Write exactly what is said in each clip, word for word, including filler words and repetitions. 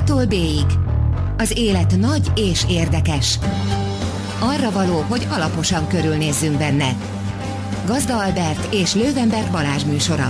A-tól B-ig. Az élet nagy és érdekes. Arra való, hogy alaposan körülnézzünk benne. Gazda Albert és Löwenberg Balázs műsora.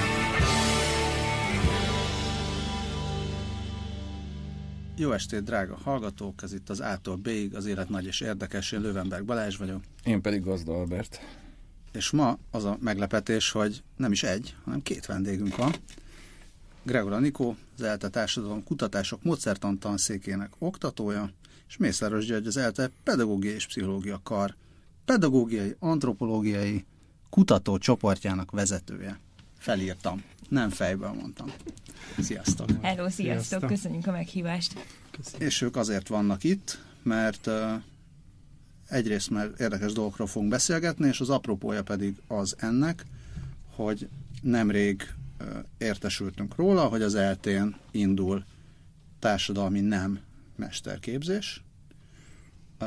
Jó estét, drága hallgatók! Ez itt az A-tól B-ig, az élet nagy és érdekes. Én Löwenberg Balázs vagyok. Én pedig Gazda Albert. És ma az a meglepetés, hogy nem is egy, hanem két vendégünk van. Gregor Anikó, az ELTE Társadalom Kutatások Módszertan Tanszékének oktatója, és Mészáros György, az ELTE Pedagógiai és Pszichológia Kar pedagógiai, antropológiai kutatócsoportjának vezetője. Felírtam, nem fejből mondtam. Sziasztok! Hello, sziasztok! Sziasztok. Köszönjük a meghívást! Köszönjük. És ők azért vannak itt, mert uh, egyrészt mert érdekes dolgokról fogunk beszélgetni, és az apropója pedig az ennek, hogy nemrég uh, értesültünk róla, hogy az ELTE-n indul társadalmi nem mesterképzés, uh,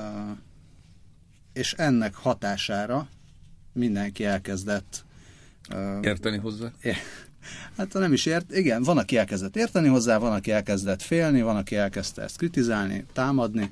és ennek hatására mindenki elkezdett uh, érteni hozzá. É- Hát nem is ért, igen, van, aki elkezdett érteni hozzá, van, aki elkezdett félni, van, aki elkezdte ezt kritizálni, támadni,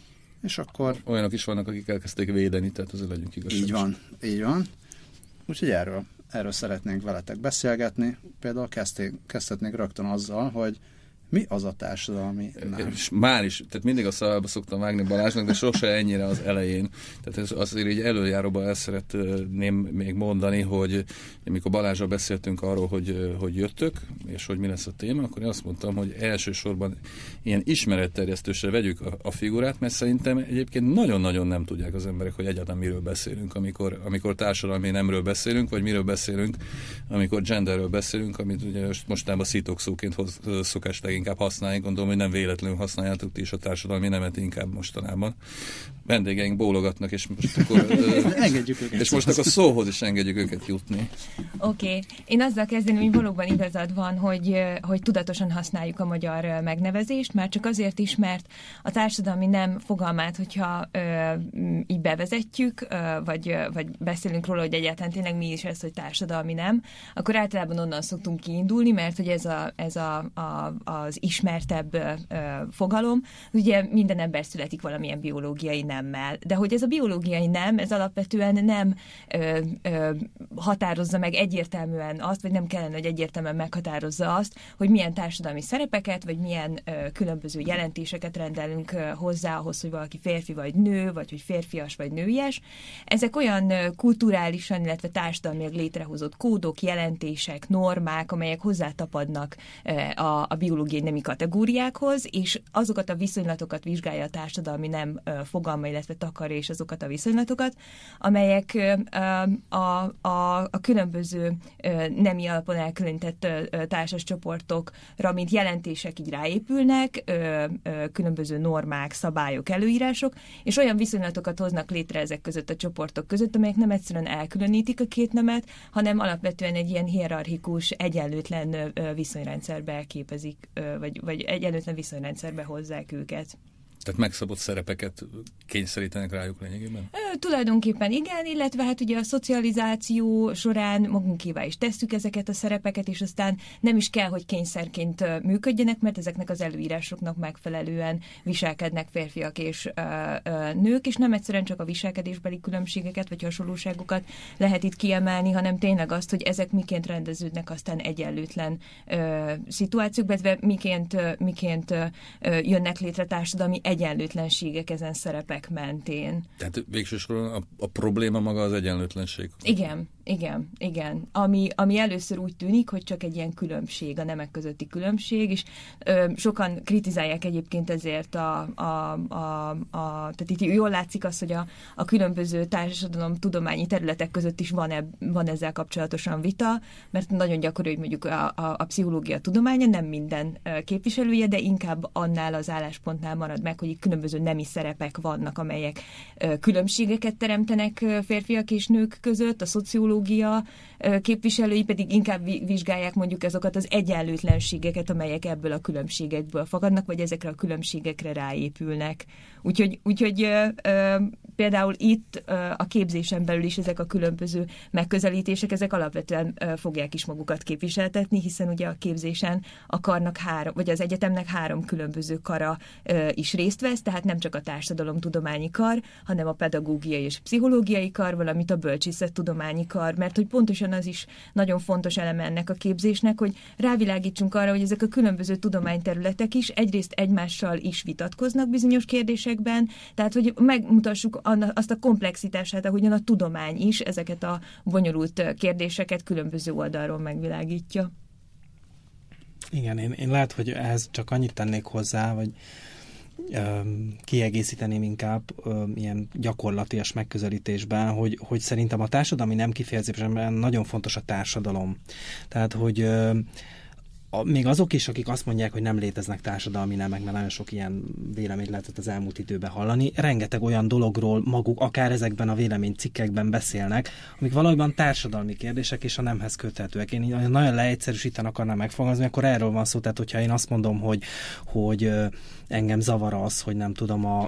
és akkor... Olyanok is vannak, akik elkezdték védeni, tehát azért legyünk igazságos. Így van, így van. Úgyhogy erről, erről szeretnénk veletek beszélgetni. Például kezdték, kezdhetnénk rögtön azzal, hogy mi az a társadalmi nem? És már is, tehát mindig a szavába szoktam vágni Balázsnak, de sose ennyire az elején. Tehát ez azért így előjáróban el szeretném még mondani, hogy amikor Balázsral beszéltünk arról, hogy, hogy jöttök, és hogy mi lesz a téma, akkor én azt mondtam, hogy elsősorban ilyen ismeretterjesztősre vegyük a, a figurát, mert szerintem egyébként nagyon-nagyon nem tudják az emberek, hogy egyáltalán miről beszélünk, amikor, amikor társadalmi nemről beszélünk, vagy miről beszélünk, amikor genderről beszélünk, amit ugye mostában szitokszóként hoz, szokás inkább használni, gondolom, hogy nem véletlenül használjátok ti is a társadalmi nemet inkább mostanában. Vendégeink bólogatnak, és most akkor, engedjük őket. És most akkor szóhoz is engedjük őket jutni. Oké. Okay. Én azzal kezdeném, hogy valóban igazad van, hogy, hogy tudatosan használjuk a magyar megnevezést, már csak azért is, mert a társadalmi nem fogalmát, hogyha ö, így bevezetjük, ö, vagy, vagy beszélünk róla, hogy egyáltalán tényleg mi is ez, hogy társadalmi nem, akkor általában onnan szoktunk kiindulni, mert hogy ez, a, ez a, a, az ismertebb ö, fogalom. Ugye minden ember születik valamilyen biológiai nemmel, de hogy ez a biológiai nem, ez alapvetően nem ö, ö, határozza meg egyértelműen azt, vagy nem kellene, hogy egyértelműen meghatározza azt, hogy milyen társadalmi szerepeket, vagy milyen ö, különböző jelentéseket rendelünk ö, hozzá ahhoz, hogy valaki férfi vagy nő, vagy hogy férfias vagy nőies. Ezek olyan ö, kulturálisan, illetve társadalmilag létrehozott kódok, jelentések, normák, amelyek hozzátapadnak ö, a, a biológiai nemi kategóriákhoz, és azokat a viszonylatokat vizsgálja a társadalmi nem ö, fogalma, illetve takarja és azokat a viszonylatokat, amelyek ö, a, a, a különböző ö, nemi alapon elkülönített ö, társas csoportokra, mint jelentések így ráépülnek, ö, ö, különböző normák, szabályok, előírások, és olyan viszonylatokat hoznak létre ezek között a csoportok között, amelyek nem egyszerűen elkülönítik a két nemet, hanem alapvetően egy ilyen hierarchikus, egyenlőtlen ö, viszonyrendszerbe képezik, ö, vagy, vagy egyenlőtlen viszonyrendszerbe hozzák őket. Tehát megszabott szerepeket kényszerítenek rájuk lényegében? Ö, tulajdonképpen igen, illetve hát ugye a szocializáció során magunkévá is tesszük ezeket a szerepeket, és aztán nem is kell, hogy kényszerként működjenek, mert ezeknek az előírásoknak megfelelően viselkednek férfiak és ö, ö, nők, és nem egyszerűen csak a viselkedésbeli különbségeket vagy hasonlóságokat lehet itt kiemelni, hanem tényleg azt, hogy ezek miként rendeződnek aztán egyenlőtlen ö, szituációkban, illetve miként, ö, miként ö, jönnek létre társadalmi egyenlőtlenségek ezen szerepek mentén. Tehát végsősorban a, a probléma maga az egyenlőtlenség. Igen, igen, igen. Ami, ami először úgy tűnik, hogy csak egy ilyen különbség, a nemek közötti különbség, és ö, sokan kritizálják egyébként ezért a, a, a, a tehát itt jól látszik az, hogy a, a különböző társadalom tudományi területek között is van, eb, van ezzel kapcsolatosan vita, mert nagyon gyakori, hogy mondjuk a, a, a pszichológia tudománya nem minden képviselője, de inkább annál az álláspontnál marad meg, hogy különböző nemi szerepek vannak, amelyek különbségeket teremtenek férfiak és nők között. A szociológia pszichológia képviselői pedig inkább vizsgálják mondjuk azokat az egyenlőtlenségeket, amelyek ebből a különbségekből fakadnak, vagy ezekre a különbségekre ráépülnek. Úgyhogy, úgyhogy ö, ö, például itt ö, a képzésen belül is ezek a különböző megközelítések, ezek alapvetően ö, fogják is magukat képviseltetni, hiszen ugye a képzésen a karnak három, vagy az egyetemnek három különböző kara ö, is részt vesz, tehát nem csak a társadalomtudományi kar, hanem a pedagógiai és pszichológiai kar, valamint a bölcsészettudományi kar, mert hogy pontosan az is nagyon fontos eleme ennek a képzésnek, hogy rávilágítsunk arra, hogy ezek a különböző tudományterületek is egyrészt egymással is vitatkoznak bizonyos kérdésekben, tehát hogy megmutassuk azt a komplexitását, ahogyan a tudomány is ezeket a bonyolult kérdéseket különböző oldalról megvilágítja. Igen, én, én lehet, hogy ehhez csak annyit tennék hozzá, vagy kiegészíteném inkább ilyen gyakorlatias megközelítésben, hogy, hogy szerintem a társadalmi nem kifejezésben nagyon fontos a társadalom. Tehát, hogy a, még azok is, akik azt mondják, hogy nem léteznek társadalmi nemek, mert nagyon sok ilyen véleményt lehetett az elmúlt időben hallani, rengeteg olyan dologról maguk, akár ezekben a véleménycikkekben beszélnek, amik valójában társadalmi kérdések és a nemhez köthetőek. Én nagyon leegyszerűsíteni akarnám megfogalmazni, akkor erről van szó, tehát hogyha én azt mondom, hogy, hogy engem zavar az, hogy nem tudom a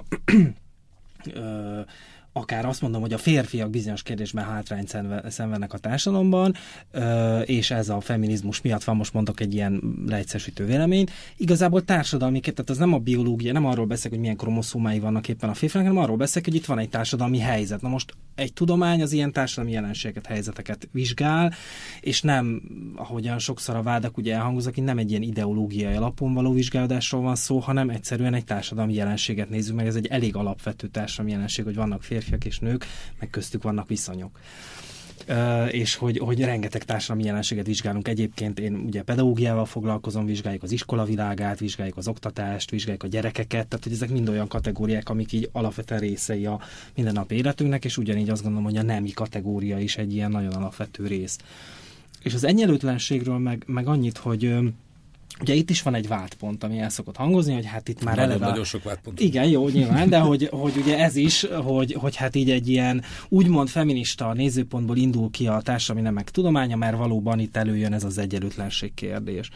akár azt mondom, hogy a férfiak bizonyos kérdésben hátrányt szenvednek a társadalomban, és ez a feminizmus miatt van, most mondok egy ilyen leegyszerűsítő véleményt. Igazából társadalmi, tehát az nem a biológia, nem arról beszélek, hogy milyen kromoszómái vannak éppen a férfiaknak, hanem arról beszélek, hogy itt van egy társadalmi helyzet. Na most egy tudomány az ilyen társadalmi jelenségeket, helyzeteket vizsgál, és nem, ahogyan sokszor a vádak ugye elhangoznak, hogy nem egy ilyen ideológiai alapon való vizsgálódásról van szó, hanem egyszerűen egy társadalmi jelenséget nézzük meg. Ez egy elég alapvető társadalmi jelenség, hogy vannak férfiak és nők, meg köztük vannak viszonyok. Uh, és hogy, hogy rengeteg társadalmi jelenséget vizsgálunk. Egyébként én ugye pedagógiával foglalkozom, vizsgáljuk az iskolavilágát, vizsgáljuk az oktatást, vizsgáljuk a gyerekeket, tehát hogy ezek mind olyan kategóriák, amik így alapvetően részei a mindennapi életünknek, és ugyanígy azt gondolom, hogy a nemi kategória is egy ilyen nagyon alapvető rész. És az egyenlőtlenségről meg, meg annyit, hogy ugye itt is van egy vádpont, ami el szokott hangozni, hogy hát itt már nagyon, eleve... Nagyon sok vádpont. Igen, jó, nyilván, de hogy, hogy ugye ez is, hogy, hogy hát így egy ilyen úgymond feminista nézőpontból indul ki a társadalmi nemek tudománya, mert valóban itt előjön ez az egyenlőtlenség kérdés.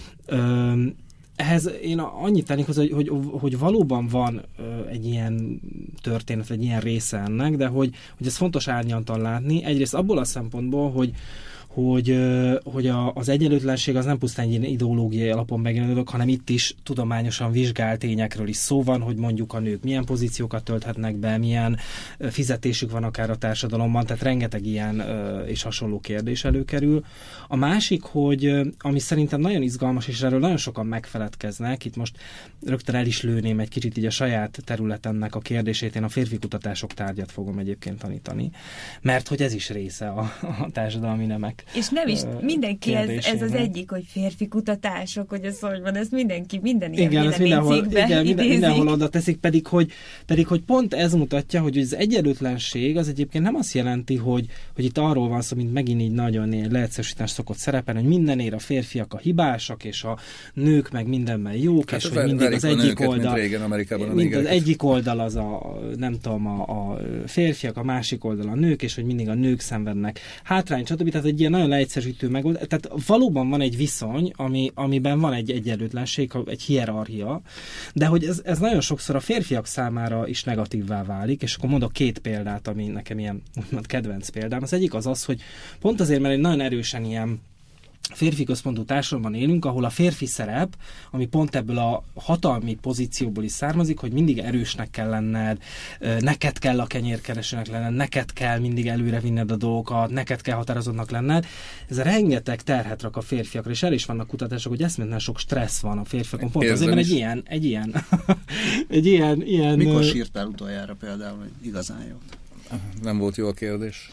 Üm, ehhez én annyit tennék hozzá, hogy, hogy, hogy valóban van egy ilyen történet, egy ilyen része ennek, de hogy, hogy ez fontos árnyaltan látni. Egyrészt abból a szempontból, hogy hogy, hogy a, az egyenlőtlenség az nem pusztán egy ideológiai alapon megjelenő dolog, hanem itt is tudományosan vizsgált tényekről is szó van, hogy mondjuk a nők milyen pozíciókat tölthetnek be, milyen fizetésük van akár a társadalomban, tehát rengeteg ilyen és hasonló kérdés előkerül. A másik, hogy ami szerintem nagyon izgalmas, és erről nagyon sokan megfeledkeznek, itt most rögtön el is lőném egy kicsit így a saját területemnek a kérdését, én a férfi kutatások tárgyat fogom egyébként tanítani, mert hogy ez is része a, a társadalmi nemek. És nem is mindenki, ez, ez az egyik, hogy férfi kutatások, hogy ez hogy van, ez mindenki, minden ilyen igen, mindenhol, igen, minden, mindenhol oda teszik, pedig hogy, pedig hogy pont ez mutatja, hogy az egyenlőtlenség az egyébként nem azt jelenti, hogy, hogy itt arról van szó, mint megint így nagyon leegyszerűsítás szokott szerepelni, hogy mindenért a férfiak a hibásak, és a nők meg mindenben jók, hát és hogy mindig az egyik nőket, oldal, mint régen Amerikában a mind az egyik oldal az a, nem tudom, a, a férfiak, a másik oldal a nők, és hogy mindig a nők szenvednek hátrány, stb. Tehát egy ilyen nagyon leegyszerűsítő megoldás. Tehát valóban van egy viszony, ami, amiben van egy egyenlőtlenség, egy hierarchia, de hogy ez, ez nagyon sokszor a férfiak számára is negatívvá válik, és akkor mondok két példát, ami nekem ilyen úgymond kedvenc példám. Az egyik az az, hogy pont azért, mert egy nagyon erősen ilyen férfi központú társadalomban élünk, ahol a férfi szerep, ami pont ebből a hatalmi pozícióból is származik, hogy mindig erősnek kell lenned, neked kell a kenyérkeresőnek lenned, neked kell mindig előre vinned a dolgokat, neked kell határozottnak lenned. Ez rengeteg terhet rak a férfiakra, és el is vannak kutatások, hogy eszméletlen sok stressz van a férfiakon. Pont azért, mert egy ilyen, egy ilyen, egy ilyen, ilyen... Mikor sírtál utoljára például, hogy igazán jó? Nem volt jó a kérdés.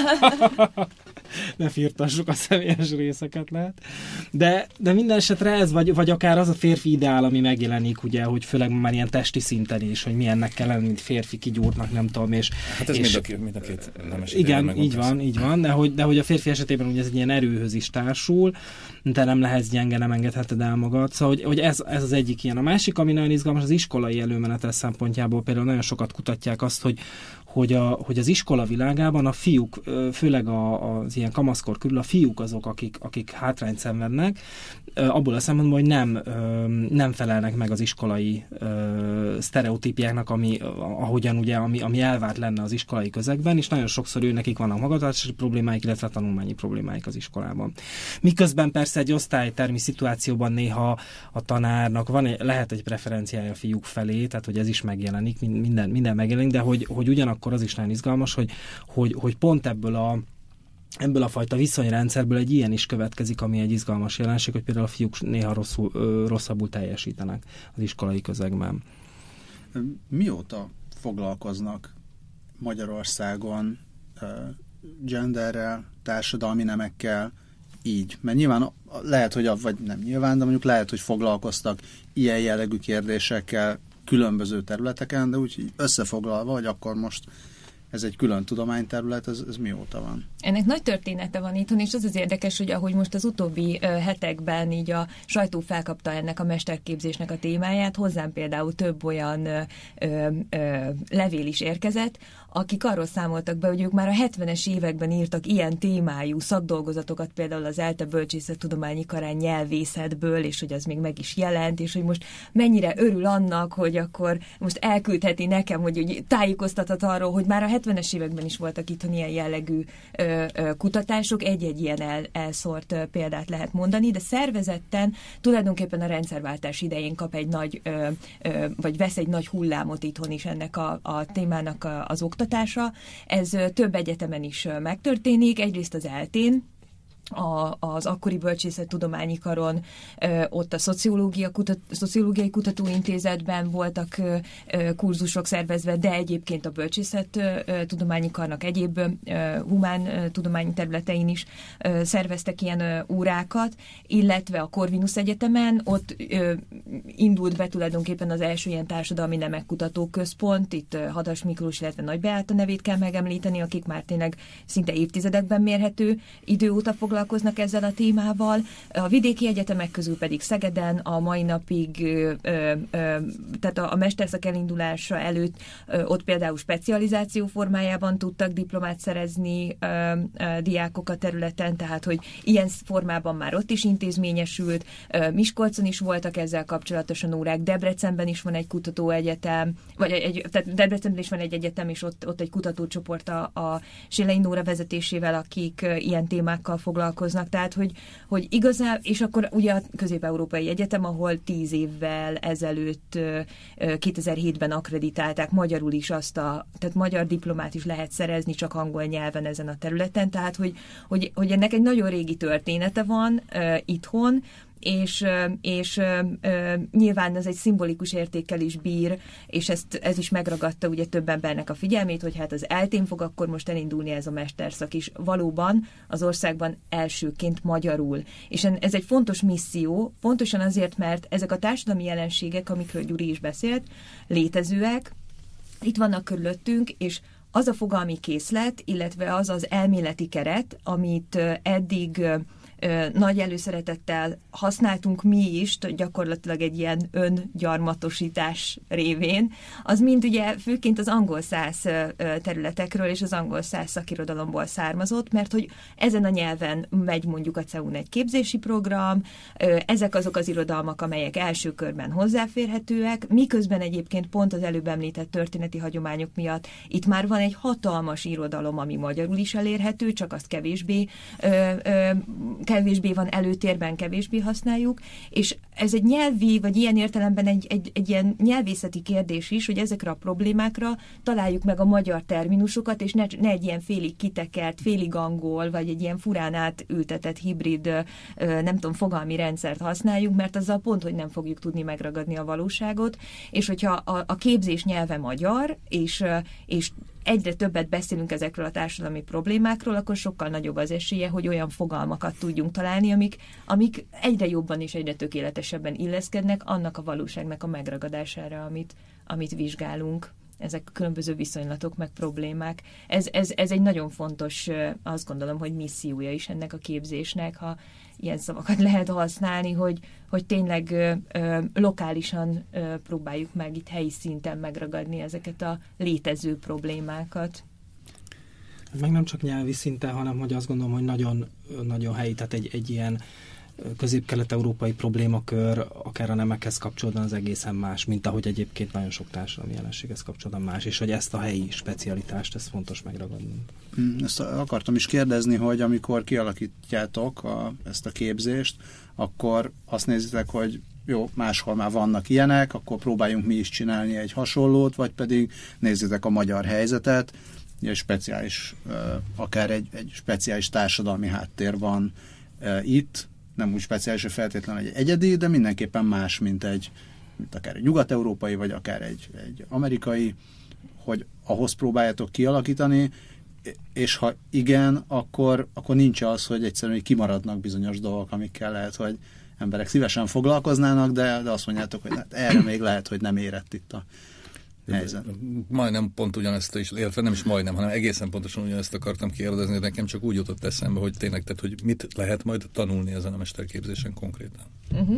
Ne firtassuk a személyes részeket, lehet. De, de minden esetre ez, vagy, vagy akár az a férfi ideál, ami megjelenik, ugye, hogy főleg már ilyen testi szinten is, hogy milyennek kell lenni, mint férfi kigyúrtnak, nem tudom, és... Hát ez és, mind, a két, mind a két nemes igen, így van, így van, de hogy, de hogy a férfi esetében ugye ez egy ilyen erőhöz is társul, te nem lehetsz gyenge, nem engedheted el magad. Szóval, hogy, hogy ez, ez az egyik ilyen. A másik, ami nagyon izgalmas, az iskolai előmenetel szempontjából például nagyon sokat kutatják azt, hogy hogy, a, hogy az iskola világában a fiúk, főleg a, az ilyen kamaszkor körül a fiúk azok, akik, akik hátrányt szenvednek, abból a szempontból, hogy nem, nem felelnek meg az iskolai sztereotípiáknak, ami, ahogyan ugye, ami, ami elvárt lenne az iskolai közegben, és nagyon sokszor ő nekik vannak magatartási problémáik, illetve tanulmányi problémáik az iskolában. Miközben persze egy osztálytermi szituációban néha a tanárnak van, lehet egy preferenciája a fiúk felé, tehát hogy ez is megjelenik, minden, minden megjelenik, de hogy, hogy ugyanakkor az is nagyon izgalmas, hogy, hogy, hogy pont ebből a Ebből a fajta viszonyrendszerből egy ilyen is következik, ami egy izgalmas jelenség, hogy például a fiúk néha rosszul, ö, rosszabbul teljesítenek az iskolai közegben. Mióta foglalkoznak Magyarországon uh, genderrel, társadalmi nemekkel így? Mert nyilván lehet, hogy, vagy nem nyilván, de mondjuk lehet, hogy foglalkoztak ilyen jellegű kérdésekkel különböző területeken, de úgy összefoglalva, hogy akkor most ez egy külön tudományterület, ez, ez mióta van? Ennek nagy története van itthon, és az az érdekes, hogy ahogy most az utóbbi ö, hetekben így a sajtó felkapta ennek a mesterképzésnek a témáját, hozzám például több olyan ö, ö, ö, levél is érkezett, akik arról számoltak be, hogy ők már a hetvenes években írtak ilyen témájú szakdolgozatokat, például az ELTE Bölcsészettudományi Karán nyelvészetből, és hogy az még meg is jelent, és hogy most mennyire örül annak, hogy akkor most elküldheti nekem, hogy, hogy tájékoztathat arról, hogy már a hetvenes években is voltak itthon ilyen jellegű ö, ö, kutatások, egy-egy ilyen el, elszórt ö, példát lehet mondani, de szervezetten tulajdonképpen a rendszerváltás idején kap egy nagy, ö, ö, vagy vesz egy nagy hullámot itthon is ennek a, a témának a, az oktatása. Ez ö, több egyetemen is ö, megtörténik, egyrészt az eltén, A, az akkori Bölcsészettudományi Karon, ö, ott a szociológia kutat, Szociológiai Kutatóintézetben voltak ö, ö, kurzusok szervezve, de egyébként a Bölcsészettudományi Karnak egyéb ö, humán ö, tudományi területein is ö, szerveztek ilyen ö, órákat, illetve a Corvinus Egyetemen ott ö, indult be tulajdonképpen az első ilyen társadalmi nemek kutató központ, itt ö, Hadas Miklós, illetve Nagy Beáta nevét kell megemlíteni, akik már tényleg szinte évtizedekben mérhető idő óta foglalkoznak ezzel a témával. A vidéki egyetemek közül pedig Szegeden a mai napig, ö, ö, ö, tehát a, a mesterszak elindulása előtt ö, ott például specializáció formájában tudtak diplomát szerezni ö, ö, diákok a területen, tehát hogy ilyen formában már ott is intézményesült. Ö, Miskolcon is voltak ezzel kapcsolatosan órák, Debrecenben is van egy kutatóegyetem, vagy egy, tehát Debrecenben is van egy egyetem, és ott, ott egy kutatócsoport a, a Sélei Nóra vezetésével, akik ö, ilyen témákkal foglalkoznak, tehát hogy, hogy igazán, és akkor ugye a Közép-Európai Egyetem, ahol tíz évvel ezelőtt kétezer-hétben akkreditálták magyarul is azt a, tehát magyar diplomát is lehet szerezni, csak angol nyelven ezen a területen, tehát hogy, hogy, hogy ennek egy nagyon régi története van uh, itthon, és, és uh, nyilván ez egy szimbolikus értékkel is bír, és ezt, ez is megragadta ugye több embernek a figyelmét, hogy hát az eltén fog akkor most elindulni ez a mesterszak is. Valóban az országban elsőként magyarul. És ez egy fontos misszió, pontosan azért, mert ezek a társadalmi jelenségek, amikről Gyuri is beszélt, létezőek, itt vannak körülöttünk, és az a fogalmi készlet, illetve az az elméleti keret, amit eddig nagy előszeretettel használtunk mi is, gyakorlatilag egy ilyen öngyarmatosítás révén, az mind ugye főként az angol száz területekről és az angol száz szakirodalomból származott, mert hogy ezen a nyelven megy mondjuk a cé e u-n egy képzési program, ezek azok az irodalmak, amelyek első körben hozzáférhetőek, miközben egyébként pont az előbb említett történeti hagyományok miatt itt már van egy hatalmas irodalom, ami magyarul is elérhető, csak azt kevésbé ö, ö, kevésbé van előtérben, kevésbé használjuk, és ez egy nyelvi, vagy ilyen értelemben egy, egy, egy ilyen nyelvészeti kérdés is, hogy ezekre a problémákra találjuk meg a magyar terminusokat, és ne, ne egy ilyen félig kitekert, félig angol, vagy egy ilyen furán átültetett hibrid, nem tudom, fogalmi rendszert használjuk, mert azzal pont, hogy nem fogjuk tudni megragadni a valóságot, és hogyha a, a képzés nyelve magyar, és, és egyre többet beszélünk ezekről a társadalmi problémákról, akkor sokkal nagyobb az esélye, hogy olyan fogalmakat tudjunk találni, amik, amik egyre jobban és egyre tökéletesebben illeszkednek annak a valóságnak a megragadására, amit, amit vizsgálunk. ezek a különböző viszonylatok, meg problémák. Ez, ez, ez egy nagyon fontos, azt gondolom, hogy missziója is ennek a képzésnek, ha ilyen szavakat lehet használni, hogy, hogy tényleg ö, ö, lokálisan ö, próbáljuk meg itt helyi szinten megragadni ezeket a létező problémákat. Meg nem csak nyelvi szinten, hanem hogy azt gondolom, hogy nagyon, nagyon helyi, tehát egy, egy ilyen közép-kelet-európai problémakör, akár a nemekhez kapcsolódóan az egészen más, mint ahogy egyébként nagyon sok társadalmi jelenséghez kapcsolódóan más, és hogy ezt a helyi specialitást, ezt fontos megragadni. Ezt akartam is kérdezni, hogy amikor kialakítjátok a, ezt a képzést, akkor azt nézitek, hogy jó, máshol már vannak ilyenek, akkor próbáljunk mi is csinálni egy hasonlót, vagy pedig nézzétek a magyar helyzetet, egy speciális, akár egy, egy speciális társadalmi háttér van itt, nem úgy speciális, hogy feltétlenül egy egyedi, de mindenképpen más, mint egy, mint akár egy nyugat-európai, vagy akár egy, egy amerikai, hogy ahhoz próbáljátok kialakítani, és ha igen, akkor, akkor nincs az, hogy egyszerűen kimaradnak bizonyos dolgok, amikkel lehet, hogy emberek szívesen foglalkoznának, de, de azt mondjátok, hogy hát erre még lehet, hogy nem érett itt a helyzet. Majdnem pont ugyanezt is, illetve nem is majdnem, hanem egészen pontosan ugyanezt akartam kérdezni, de nekem csak úgy jutott eszembe, hogy tényleg, tehát, hogy mit lehet majd tanulni ezen a mesterképzésen konkrétan. Uh-huh.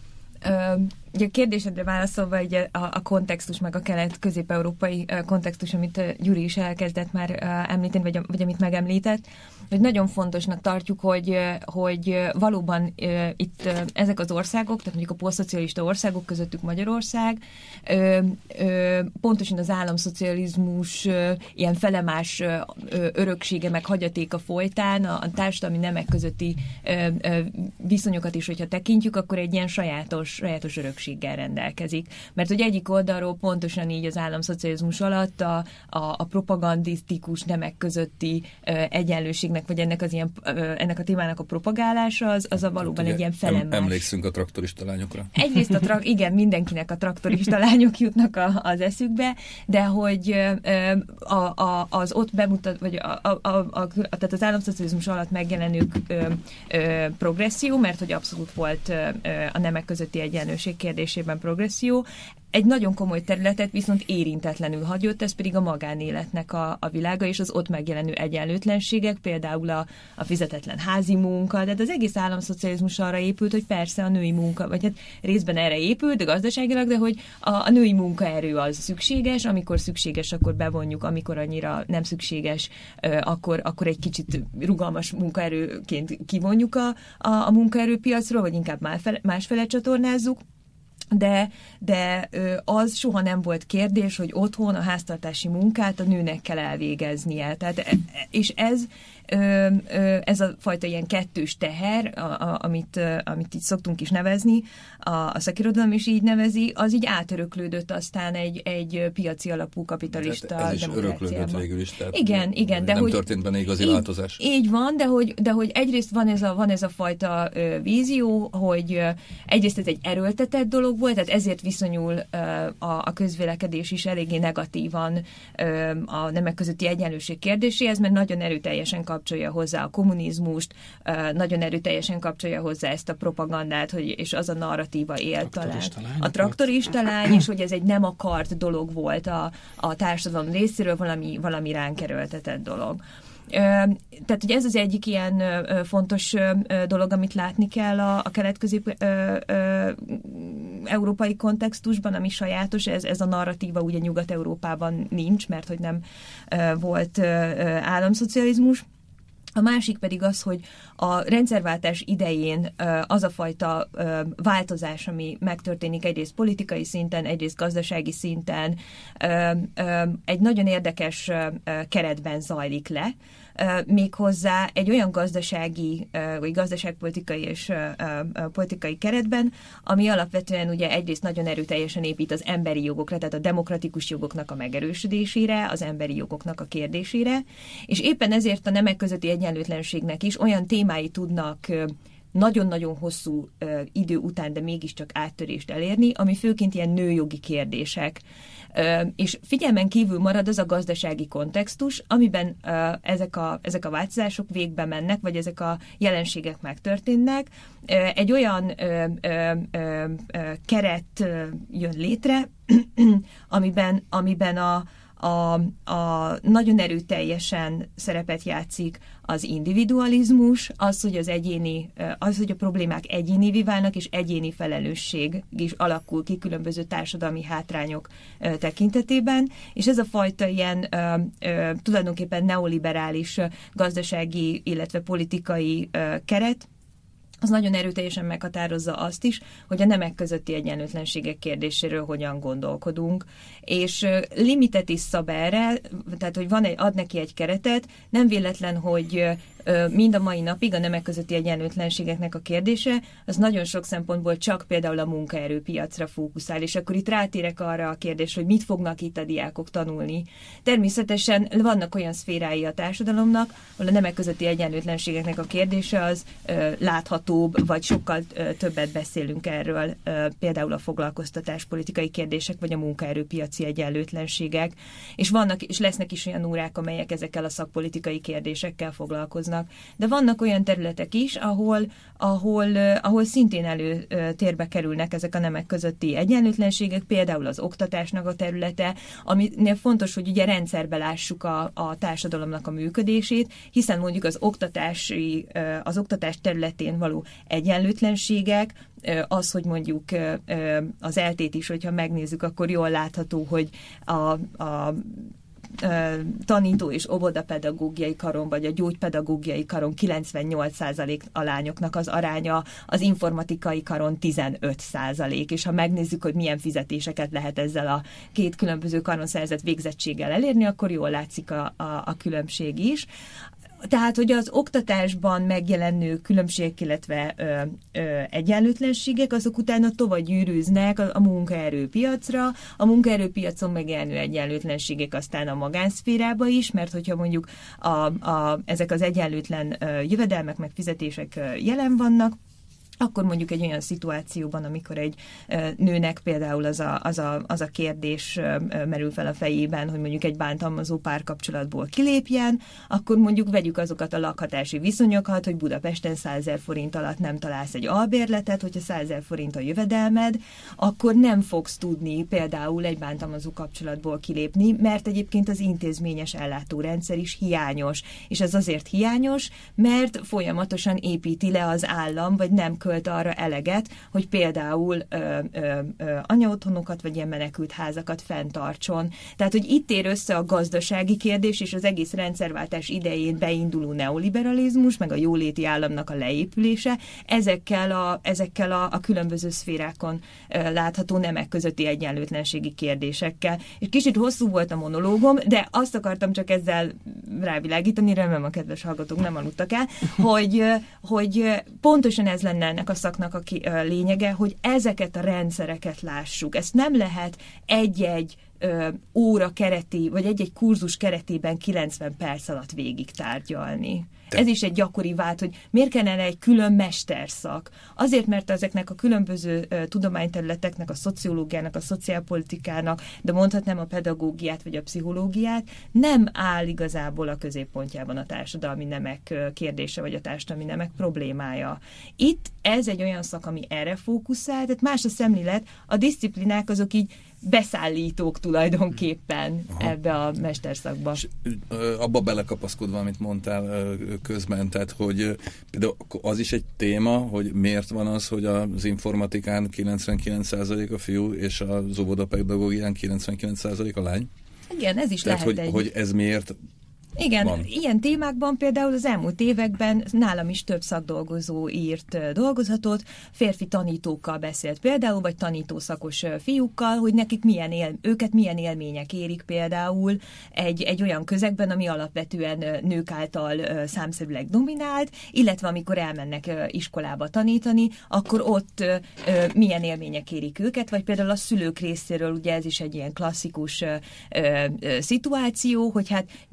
Uh, ugye a kérdésedre válaszolva ugye a, a kontextus, meg a kelet-közép-európai uh, kontextus, amit uh, Gyuri is elkezdett már uh, említeni, vagy, vagy amit megemlített, hogy nagyon fontosnak tartjuk, hogy, uh, hogy uh, valóban uh, itt uh, ezek az országok, tehát mondjuk a posztszocialista országok, közöttük Magyarország, uh, uh, pontosan az államszocializmus uh, ilyen felemás uh, öröksége, meg hagyatéka folytán a, a társadalmi nemek közötti uh, uh, viszonyokat is, hogyha tekintjük, akkor egy ilyen sajátos sajátos örökséggel rendelkezik. Mert hogy egyik oldalról pontosan így az államszocializmus alatt a, a, a propagandisztikus nemek közötti ö, egyenlőségnek, vagy ennek, az ilyen, ö, ennek a témának a propagálása, az, az a valóban hát, egy ilyen felemás. Emlékszünk a traktorista lányokra. Egyrészt a trak, igen, mindenkinek a traktorista lányok jutnak a, az eszükbe, de hogy ö, a, a, az ott bemutat, vagy a, a, a, a, tehát az államszocializmus alatt megjelenő ö, ö, progresszió, mert hogy abszolút volt ö, a nemek közötti egyenlőség kérdésében progresszió, egy nagyon komoly területet viszont érintetlenül hagyott, ez pedig a magánéletnek a, a világa, és az ott megjelenő egyenlőtlenségek, például a, a fizetetlen házi munka, de az egész államszocializmus arra épült, hogy persze a női munka, vagy hát részben erre épült, de gazdaságilag, de hogy a, a női munkaerő az szükséges, amikor szükséges, akkor bevonjuk, amikor annyira nem szükséges, akkor, akkor egy kicsit rugalmas munkaerőként kivonjuk a, a, a munkaerőpiacról, vagy inkább másfele csatornázzuk. De, de az soha nem volt kérdés, hogy otthon a háztartási munkát a nőnek kell elvégeznie. Tehát, és ez, ez a fajta ilyen kettős teher, amit, amit így szoktunk is nevezni, a, a szakirodalom is így nevezi, az így átöröklődött aztán egy, egy piaci alapú kapitalista tehát ez is öröklődött végül is. Tehát igen, igen. De nem hogy történt benne igazi így, változás. Így van, de hogy, de hogy egyrészt van ez a, van ez a fajta ö, vízió, hogy ö, egyrészt ez egy erőltetett dolog volt, tehát ezért viszonyul ö, a, a közvélekedés is eléggé negatívan ö, a nemek közötti egyenlőség kérdéséhez, mert nagyon erőteljesen kapcsolja hozzá a kommunizmust, ö, nagyon erőteljesen kapcsolja hozzá ezt a propagandát, hogy, és az a narratíva él talán. A traktorista lány, és hogy ez egy nem akart dolog volt a, a társadalom részéről, valami, valami ránk erőltetett dolog. Tehát, hogy ez az egyik ilyen fontos dolog, amit látni kell a, a kelet-közép-európai kontextusban, ami sajátos, ez, ez a narratíva ugye Nyugat-Európában nincs, mert hogy nem volt államszocializmus. A másik pedig az, hogy a rendszerváltás idején az a fajta változás, ami megtörténik egyrészt politikai szinten, egyrészt gazdasági szinten, egy nagyon érdekes keretben zajlik le, méghozzá egy olyan gazdasági, vagy gazdaságpolitikai és politikai keretben, ami alapvetően ugye egyrészt nagyon erőteljesen épít az emberi jogokra, tehát a demokratikus jogoknak a megerősödésére, az emberi jogoknak a kérdésére, és éppen ezért a nemek közötti egyenlőtlenségnek is olyan témái tudnak nagyon-nagyon hosszú ö, idő után, de mégiscsak áttörést elérni, ami főként ilyen nőjogi kérdések. Ö, és figyelmen kívül marad az a gazdasági kontextus, amiben ö, ezek, a, ezek a változások végbe mennek, vagy ezek a jelenségek megtörténnek. Ö, egy olyan ö, ö, ö, ö, keret ö, jön létre, amiben, amiben a A, a nagyon erőteljesen szerepet játszik az individualizmus, az, hogy az egyéni, az, hogy a problémák egyénivé válnak, és egyéni felelősség is alakul ki különböző társadalmi hátrányok tekintetében, és ez a fajta ilyen tulajdonképpen neoliberális gazdasági, illetve politikai keret, az nagyon erőteljesen meghatározza azt is, hogy a nemek közötti egyenlőtlenségek kérdéséről hogyan gondolkodunk, és limitet is szab erre, tehát hogy van egy, ad neki egy keretet, nem véletlen, hogy mind a mai napig a nemek közötti egyenlőtlenségeknek a kérdése, az nagyon sok szempontból csak például a munkaerőpiacra fókuszál, és akkor itt rátérek arra a kérdésre, hogy mit fognak itt a diákok tanulni. Természetesen vannak olyan szférái a társadalomnak, ahol a nemek közötti egyenlőtlenségeknek a kérdése az ö, láthatóbb, vagy sokkal ö, többet beszélünk erről, ö, például a foglalkoztatáspolitikai kérdések, vagy a munkaerőpiaci egyenlőtlenségek, és vannak, és lesznek is olyan órák, amelyek ezekkel a szakpolitikai kérdésekkel foglalkoznak. De vannak olyan területek is, ahol, ahol, ahol szintén előtérbe kerülnek ezek a nemek közötti egyenlőtlenségek, például az oktatásnak a területe, aminél fontos, hogy ugye rendszerbe lássuk a, a társadalomnak a működését, hiszen mondjuk az oktatási, az oktatás területén való egyenlőtlenségek, az, hogy mondjuk az eltét is, hogyha megnézzük, akkor jól látható, hogy a, a tanító és óvodapedagógiai karon, vagy a gyógypedagógiai karon kilencvennyolc százalék a lányoknak az aránya, az informatikai karon tizenöt százalék, és ha megnézzük, hogy milyen fizetéseket lehet ezzel a két különböző karon szerzett végzettséggel elérni, akkor jól látszik a, a, a különbség is. Tehát, hogy az oktatásban megjelenő különbségek, illetve ö, ö, egyenlőtlenségek, azok utána tovább gyűrűznek a, a munkaerőpiacra, a munkaerőpiacon megjelenő egyenlőtlenségek aztán a magánszférába is, mert hogyha mondjuk a, a, ezek az egyenlőtlen ö, jövedelmek, meg fizetések ö, jelen vannak, akkor mondjuk egy olyan szituációban, amikor egy nőnek például az a, az a, az a kérdés merül fel a fejében, hogy mondjuk egy bántalmazó párkapcsolatból kilépjen, akkor mondjuk vegyük azokat a lakhatási viszonyokat, hogy Budapesten százezer forint alatt nem találsz egy albérletet, hogyha százezer forint a jövedelmed, akkor nem fogsz tudni például egy bántalmazó kapcsolatból kilépni, mert egyébként az intézményes ellátórendszer is hiányos. És ez azért hiányos, mert folyamatosan építi le az állam, vagy nem költ arra eleget, hogy például ö, ö, ö, anyaotthonokat vagy ilyen menekült házakat fenntartson. Tehát, hogy itt ér össze a gazdasági kérdés és az egész rendszerváltás idején beinduló neoliberalizmus, meg a jóléti államnak a leépülése, ezekkel a, ezekkel a, a különböző szférákon ö, látható nemek közötti egyenlőtlenségi kérdésekkel. És kicsit hosszú volt a monológom, de azt akartam csak ezzel rávilágítani, remélem a kedves hallgatók nem aludtak el, hogy, hogy pontosan ez lenne ennek a szaknak a, ki, a lényege, hogy ezeket a rendszereket lássuk. Ezt nem lehet egy-egy ö, óra kereti, vagy egy-egy kurzus keretében kilencven perc alatt végig tárgyalni. Te. Ez is egy gyakori vált, hogy miért kellene egy külön mesterszak. Azért, mert ezeknek a különböző uh, tudományterületeknek, a szociológiának, a szociálpolitikának, de mondhatnám a pedagógiát vagy a pszichológiát, nem áll igazából a középpontjában a társadalmi nemek uh, kérdése, vagy a társadalmi nemek problémája. Itt ez egy olyan szak, ami erre fókuszál, tehát más a szemlélet, a disziplinák azok így beszállítók tulajdonképpen Aha. ebbe a mesterszakba. És abba belekapaszkodva, amit mondtál közben, tehát, hogy például az is egy téma, hogy miért van az, hogy az informatikán kilencvenkilenc százalék a fiú, és az óvodapedagógián kilencvenkilenc százalék a lány? Igen, ez is tehát, lehet hogy, egy... hogy ez miért Igen, van. Ilyen témákban például az elmúlt években nálam is több szakdolgozó írt dolgozatot, férfi tanítókkal beszélt például, vagy tanítószakos fiúkkal, hogy nekik milyen él, őket milyen élmények érik például egy, egy olyan közegben, ami alapvetően nők által számszerűleg dominált, illetve amikor elmennek iskolába tanítani, akkor ott milyen élmények érik őket, vagy például a szülők részéről, ugye ez is egy ilyen klasszikus szituáció, hogy hát gyanús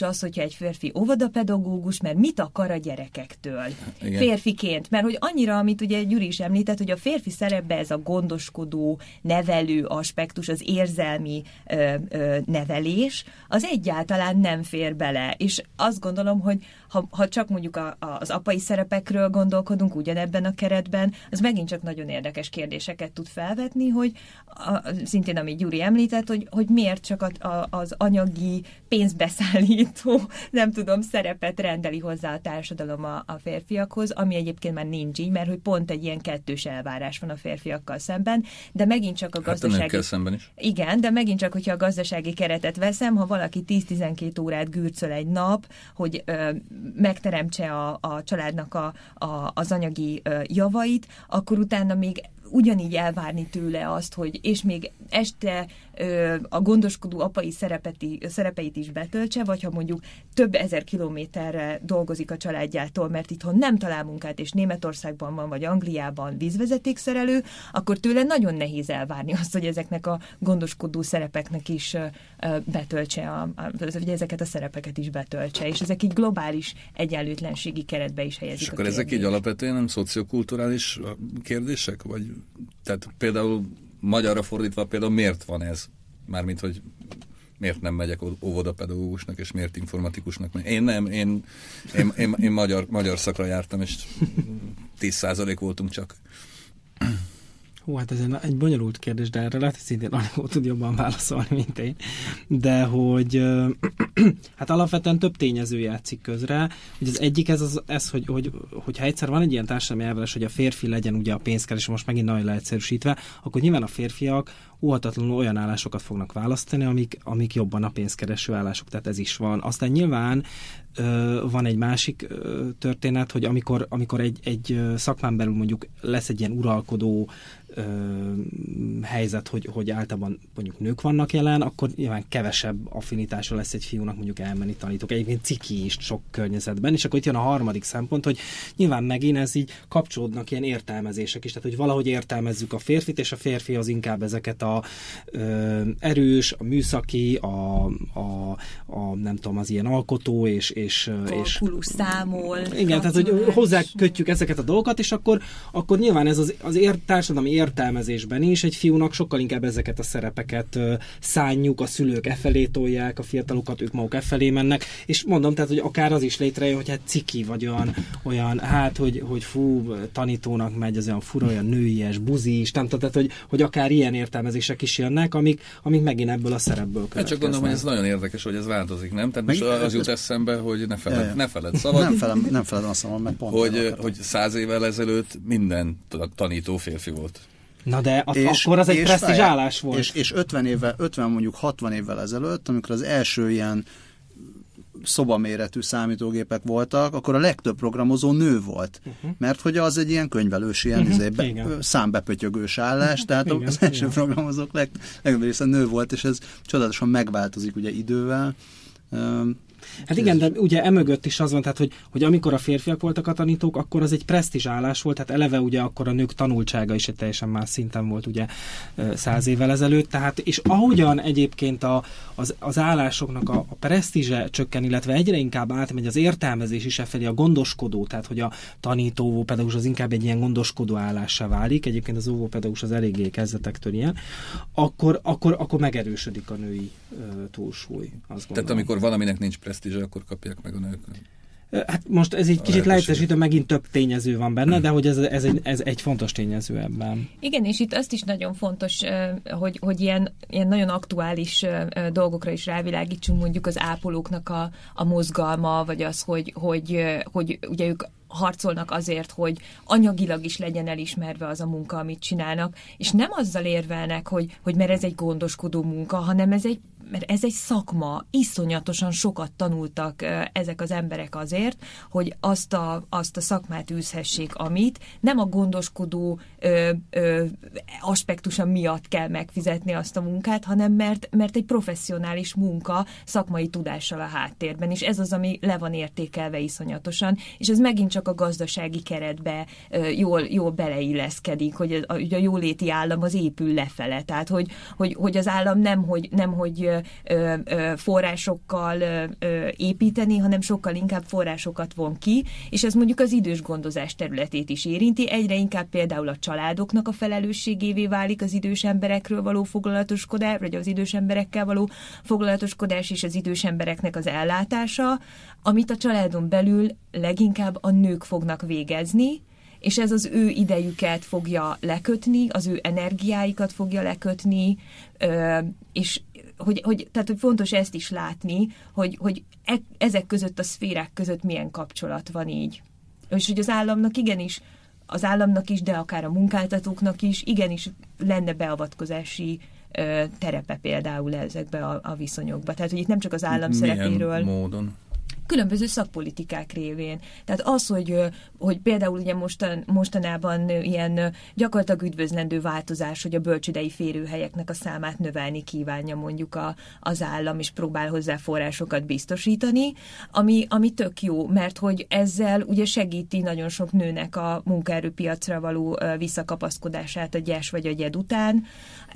az, hogyha egy férfi óvodapedagógus, mert mit akar a gyerekektől? Igen. Férfiként, mert hogy annyira, amit ugye Gyuri is említett, hogy a férfi szerepbe ez a gondoskodó, nevelő aspektus, az érzelmi ö, ö, nevelés, az egyáltalán nem fér bele. És azt gondolom, hogy ha, ha csak mondjuk a, a, az apai szerepekről gondolkodunk ugyanebben a keretben, az megint csak nagyon érdekes kérdéseket tud felvetni, hogy a, szintén, amit Gyuri említett, hogy, hogy miért csak a, a, az anyagi pénzbeszállító, nem tudom, szerepet rendeli hozzá a társadalom a, a férfiakhoz, ami egyébként már nincs így, mert hogy pont egy ilyen kettős elvárás van a férfiakkal szemben, de megint csak a gazdasági... Hát kell szemben is. Igen, de megint csak, hogyha a gazdasági keretet veszem, ha valaki tíz-tizenkét órát gürcöl egy nap, hogy ö, megteremtse a, a családnak a, a, az anyagi ö, javait, akkor utána még ugyanígy elvárni tőle azt, hogy és még este ö, a gondoskodó apai szerepeti, szerepeit is betöltse, vagy ha mondjuk több ezer kilométerre dolgozik a családjától, mert itthon nem talál munkát, és Németországban van, vagy Angliában vízvezetékszerelő, akkor tőle nagyon nehéz elvárni azt, hogy ezeknek a gondoskodó szerepeknek is ö, betöltse, a, a, vagy ezeket a szerepeket is betöltse, és ezek így globális egyenlőtlenségi keretbe is helyezik. És akkor ezek így alapvetően nem szociokulturális kérdések? Vagy tehát például magyarra fordítva például miért van ez? Mármint, hogy miért nem megyek óvodapedagógusnak, és miért informatikusnak? Én nem, én, én, én, én magyar, magyar szakra jártam, és tíz százalék voltunk csak. Hú, hát ez egy, egy bonyolult kérdés, de erre lehet, hogy szintén Anikó tud jobban válaszolni, mint én. De hogy hát alapvetően több tényező játszik közre. Hogy az egyik ez, az, ez hogy, hogy, hogyha egyszer van egy ilyen társadalmi elvárás, hogy a férfi legyen ugye a pénzkereső, most megint nagyon leegyszerűsítve, akkor nyilván a férfiak óhatatlanul olyan állásokat fognak választani, amik, amik jobban a pénzkereső állások, tehát ez is van. Aztán nyilván ö, van egy másik ö, történet, hogy amikor, amikor egy, egy szakmán belül mondjuk lesz egy ilyen uralkodó ö, helyzet, hogy, hogy általában mondjuk nők vannak jelen, akkor nyilván kevesebb affinitása lesz egy fiúnak mondjuk elmenni tanítók. Egyébként ciki is sok környezetben, és akkor itt jön a harmadik szempont, hogy nyilván megint ez így kapcsolódnak ilyen értelmezések is, tehát hogy valahogy értelmezzük a férfit, és a férfi az inkább ezeket a ö, erős, a műszaki, a, a, a nem tudom, az ilyen alkotó és... és kalkulus számol. Igen, tehát hogy hozzá kötjük ezeket a dolgokat, és akkor, akkor nyilván ez az, az ér, társadalmi értelmezésben is egy fiúnak sokkal inkább ezeket a szerepeket ö, szánjuk, a szülők e felé tolják, a fiatalokat ők maguk e felé mennek, és mondom, tehát, hogy akár az is létrejön, hogy hát ciki, vagy olyan, olyan hát, hogy, hogy fú, tanítónak megy, az olyan fura, olyan nőies, buzis, nem tudom, tehát, hogy, hogy akár ilyen értelmezések is jönnek, amik, amik megint ebből a szerepből következnek. Hát csak gondolom, hogy ez nagyon érdekes, hogy ez változik, nem? Tehát most az jut eszembe, hogy ne feled, ja, ne feled szabad. Nem feled, nem feled azt mondom, mert pont hogy, hogy száz évvel ezelőtt minden tanító férfi volt. Na de az, és, akkor az egy presztízs állás volt. És, és ötven évvel, ötven mondjuk hatvan évvel ezelőtt, amikor az első ilyen szobaméretű számítógépek voltak, akkor a legtöbb programozó nő volt. Uh-huh. Mert hogy az egy ilyen könyvelős, ilyen uh-huh. izé, számbepötyögős állás, uh-huh. tehát igen, az első igen. programozók leg, legnagyobb része nő volt, és ez csodálatosan megváltozik ugye idővel. Hát igen, de ugye emögött is az van, tehát, hogy, hogy amikor a férfiak voltak a tanítók, akkor az egy presztízs állás volt, tehát eleve ugye akkor a nők tanultsága is egy teljesen más szinten volt ugye száz évvel ezelőtt, tehát és ahogyan egyébként a, az, az állásoknak a, a presztízse csökken, illetve egyre inkább átmegy az értelmezés is e felé, a gondoskodó, tehát hogy a tanító, óvópedagógus az inkább egy ilyen gondoskodó állássá válik, egyébként az óvópedagógus az eléggé kezdetektől ilyen, akkor, akkor, akkor megerősödik a női uh, túlsúly. Azt tehát amikor valaminek nincs presztízse, akkor kapják meg a nők. Hát most ez egy kicsit leegyszerűsítve, megint több tényező van benne, de hogy ez, ez, egy, ez egy fontos tényező ebben. Igen, és itt azt is nagyon fontos, hogy, hogy ilyen, ilyen nagyon aktuális dolgokra is rávilágítsunk, mondjuk az ápolóknak a, a mozgalma, vagy az, hogy, hogy, hogy ugye ők harcolnak azért, hogy anyagilag is legyen elismerve az a munka, amit csinálnak, és nem azzal érvelnek, hogy, hogy mert ez egy gondoskodó munka, hanem ez egy mert ez egy szakma, iszonyatosan sokat tanultak ezek az emberek azért, hogy azt a, azt a szakmát űzhessék, amit nem a gondoskodó ö, ö, aspektusa miatt kell megfizetni azt a munkát, hanem mert, mert egy professzionális munka szakmai tudással a háttérben, és ez az, ami le van értékelve iszonyatosan, és ez megint csak a gazdasági keretbe ö, jól, jól beleilleszkedik, hogy a, a, a jóléti állam az épül lefele, tehát hogy, hogy, hogy az állam nem, hogy, nem, hogy ö, ö, forrásokkal ö, ö, építeni, hanem sokkal inkább forrásokat von ki, és ez mondjuk az idős gondozás területét is érinti. Egyre inkább például a családoknak a felelősségévé válik az idős emberekről való foglalatoskodás, vagy az idős emberekkel való foglalatoskodás és az idős embereknek az ellátása, amit a családon belül leginkább a nők fognak végezni, és ez az ő idejüket fogja lekötni, az ő energiáikat fogja lekötni, és hogy, hogy, tehát, hogy fontos ezt is látni, hogy, hogy e, ezek között a szférák között milyen kapcsolat van így. És hogy az államnak igenis, az államnak is, de akár a munkáltatóknak is igenis lenne beavatkozási terepe például ezekbe a, a viszonyokba. Tehát, hogy itt nem csak az állam milyen szerepéről... módon? Különböző szakpolitikák révén. Tehát az, hogy, hogy például ugye mostan, mostanában ilyen gyakorlatilag üdvözlendő változás, hogy a bölcsődei férőhelyeknek a számát növelni kívánja mondjuk a, az állam, és próbál hozzá forrásokat biztosítani, ami, ami tök jó, mert hogy ezzel ugye segíti nagyon sok nőnek a munkaerőpiacra való visszakapaszkodását a gyes vagy a gyed után.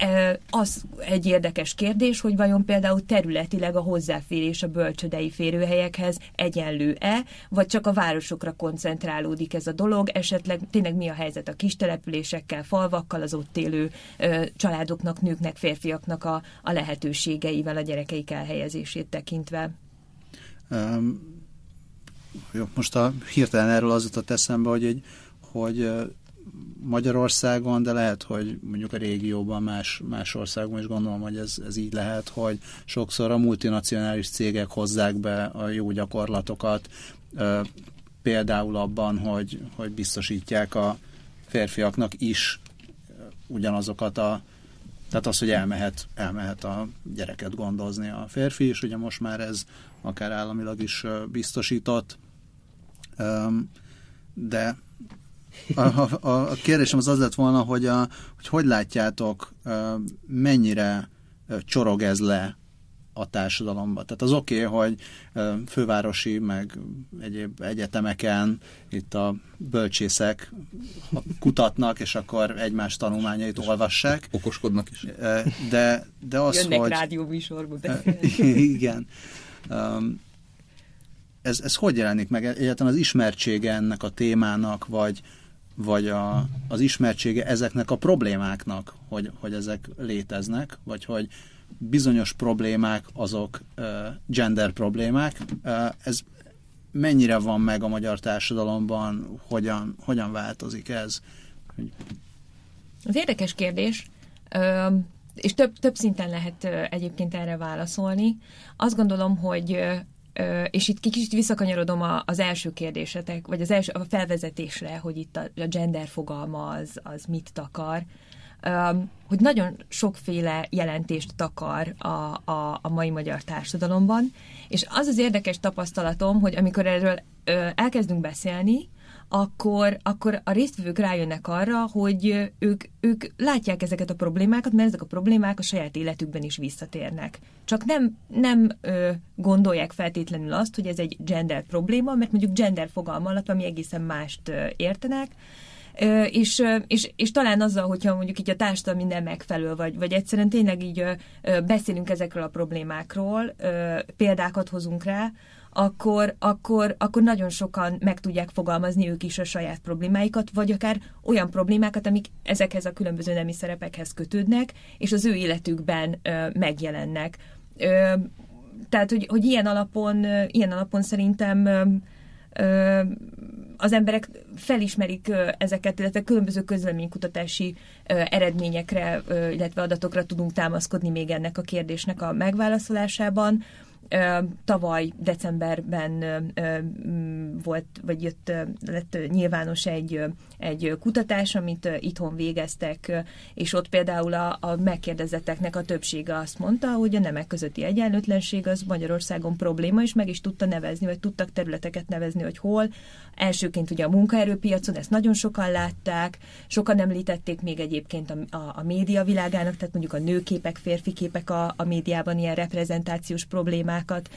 Az egy érdekes kérdés, hogy vajon például területileg a hozzáférés a bölcsődei férőhelyekhez egyenlő-e, vagy csak a városokra koncentrálódik ez a dolog, esetleg tényleg mi a helyzet a kis településekkel, falvakkal, az ott élő ö, családoknak, nőknek, férfiaknak a, a lehetőségeivel, a gyerekeik elhelyezését tekintve. Um, jó, most a hirtelen erről az jutott eszembe, hogy, egy, hogy Magyarországon, de lehet, hogy mondjuk a régióban, más, más országban is gondolom, hogy ez, ez így lehet, hogy sokszor a multinacionális cégek hozzák be a jó gyakorlatokat, például abban, hogy, hogy biztosítják a férfiaknak is ugyanazokat a, tehát az, hogy elmehet, elmehet a gyereket gondozni a férfi, és ugye most már ez akár államilag is biztosított, de A, a, a kérdésem az az lett volna, hogy, a, hogy hogy látjátok, mennyire csorog ez le a társadalomba. Tehát az oké, okay, hogy fővárosi, meg egyéb egyetemeken itt a bölcsészek kutatnak, és akkor egymás tanulmányait olvassák. Okoskodnak is. De, de az, Jönnek hogy... rádióműsorba beszélni. Igen. Ez, ez hogy jelenik meg? Egyáltalán az ismertsége ennek a témának, vagy, vagy a, az ismertsége ezeknek a problémáknak, hogy, hogy ezek léteznek, vagy hogy bizonyos problémák azok uh, gender problémák. Uh, ez mennyire van meg a magyar társadalomban, hogyan, hogyan változik ez? Az érdekes kérdés, uh, és több, több szinten lehet uh, egyébként erre válaszolni. Azt gondolom, hogy uh, és itt kicsit visszakanyarodom az első kérdésetek, vagy az első a felvezetésre, hogy itt a, a gender fogalma az, az mit takar, hogy nagyon sokféle jelentést takar a, a, a mai magyar társadalomban, és az az érdekes tapasztalatom, hogy amikor erről elkezdünk beszélni, akkor, akkor a résztvevők rájönnek arra, hogy ők, ők látják ezeket a problémákat, mert ezek a problémák a saját életükben is visszatérnek. Csak nem, nem ö, gondolják feltétlenül azt, hogy ez egy gender probléma, mert mondjuk gender fogalma alatt valami egészen mást ö, értenek, ö, és, ö, és, és talán azzal, hogyha mondjuk így a társadalom minden megfelelő, vagy, vagy egyszerűen tényleg így ö, ö, beszélünk ezekről a problémákról, ö, példákat hozunk rá, Akkor, akkor, akkor nagyon sokan meg tudják fogalmazni ők is a saját problémáikat, vagy akár olyan problémákat, amik ezekhez a különböző nemi szerepekhez kötődnek, és az ő életükben ö, megjelennek. Ö, tehát, hogy, hogy ilyen alapon, ö, ilyen alapon szerintem ö, ö, az emberek felismerik ö, ezeket, illetve különböző közleménykutatási ö, eredményekre, ö, illetve adatokra tudunk támaszkodni még ennek a kérdésnek a megválaszolásában. Tavaly decemberben volt, vagy jött, lett nyilvános egy, egy kutatás, amit itthon végeztek, és ott például a, a megkérdezetteknek a többsége azt mondta, hogy a nemek közötti egyenlőtlenség az Magyarországon probléma, és meg is tudta nevezni, vagy tudtak területeket nevezni, hogy hol. Elsőként ugye a munkaerőpiacon, ezt nagyon sokan látták, sokan említették még egyébként a, a, a média világának, tehát mondjuk a nőképek, férfiképek a, a médiában ilyen reprezentációs problémákat,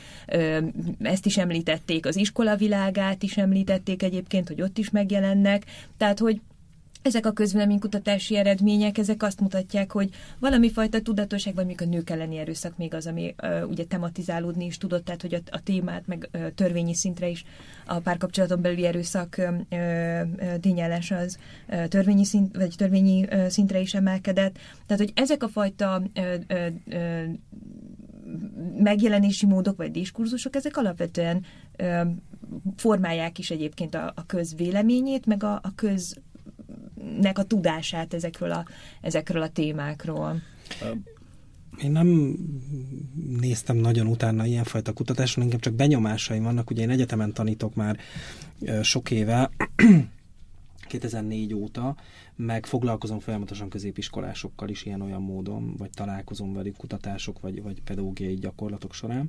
ezt is említették, az iskola világát is említették egyébként, hogy ott is megjelennek, tehát hogy ezek a közvéleménykutatási eredmények, ezek azt mutatják, hogy valami fajta tudatosság, vagy mondjuk a nők elleni erőszak még az, ami uh, ugye tematizálódni is tudott, tehát hogy a, a témát, meg uh, törvényi szintre is a párkapcsolaton belüli erőszak uh, uh, tényállás az uh, törvényi, szint, vagy törvényi uh, szintre is emelkedett. Tehát, hogy ezek a fajta uh, uh, uh, megjelenési módok, vagy diskurzusok, ezek alapvetően uh, formálják is egyébként a, a közvéleményét, meg a, a köz nek a tudását ezekről a, ezekről a témákról. Én nem néztem nagyon utána ilyenfajta kutatáson, inkább csak benyomásaim vannak. Ugye én egyetemen tanítok már sok éve, kétezer-négy óta, meg foglalkozom folyamatosan középiskolásokkal is ilyen-olyan módon, vagy találkozom velük kutatások, vagy, vagy pedagógiai gyakorlatok során.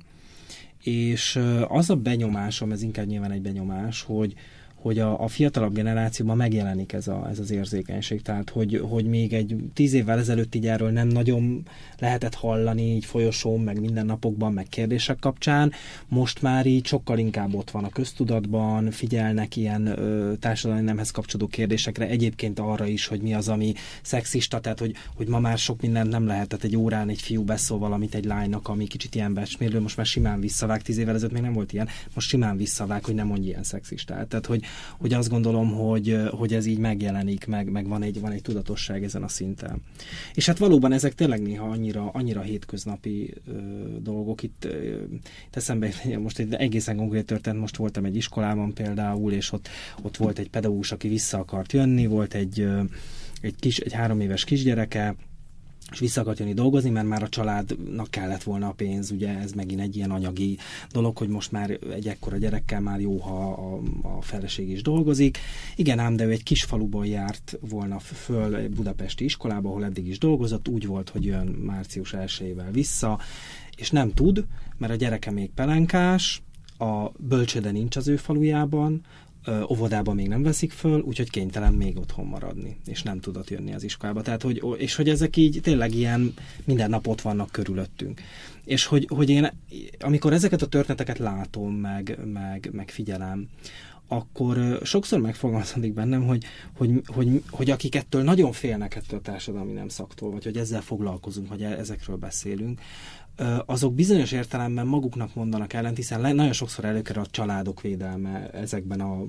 És az a benyomásom, ez inkább nyilván egy benyomás, hogy hogy a, a fiatalabb generációban megjelenik ez, a, ez az érzékenység. Tehát, hogy, hogy még egy tíz évvel ezelőtt így erről nem nagyon lehetett hallani, így folyosón, meg mindennapokban, meg kérdések kapcsán. Most már így sokkal inkább ott van a köztudatban, figyelnek ilyen ö, társadalmi nemhez kapcsolódó kérdésekre, egyébként arra is, hogy mi az, ami szexista, tehát, hogy, hogy ma már sok mindent nem lehet, tehát egy órán egy fiú beszól valamit egy lánynak, ami kicsit ilyen becsmérlő, most már simán visszavág, tíz évvel ezelőtt még nem volt ilyen, most simán visszavág, hogy nem mondj ilyen szexistát. Tehát, hogy hogy azt gondolom, hogy, hogy ez így megjelenik, meg, meg van, egy, van egy tudatosság ezen a szinten. És hát valóban ezek tényleg néha annyira, annyira hétköznapi ö, dolgok. Itt ö, eszembe, most egy egészen konkrét történet, most voltam egy iskolában például, és ott, ott volt egy pedagógus, aki vissza akart jönni, volt egy, ö, egy, kis, egy három éves kisgyereke, és vissza akart jönni dolgozni, mert már a családnak kellett volna a pénz, ugye ez megint egy ilyen anyagi dolog, hogy most már egy ekkora gyerekkel már jó, ha a, a feleség is dolgozik. Igen ám, de ő egy kis faluból járt volna föl egy budapesti iskolába, ahol eddig is dolgozott, úgy volt, hogy jön március elsejével vissza, és nem tud, mert a gyereke még pelenkás, a bölcsőde nincs az ő falujában, óvodában még nem veszik föl, úgyhogy kénytelen még otthon maradni, és nem tudott jönni az iskolába. Tehát, hogy, és hogy ezek így tényleg ilyen minden nap ott vannak körülöttünk. És hogy, hogy én, amikor ezeket a történeteket látom, meg, meg, meg figyelem, akkor sokszor megfogalmazódik bennem, hogy, hogy, hogy, hogy akik ettől nagyon félnek ettől a társadalmi nemszaktól, vagy hogy ezzel foglalkozunk, vagy ezekről beszélünk, azok bizonyos értelemben maguknak mondanak ellent, hiszen nagyon sokszor előkerül a családok védelme ezekben a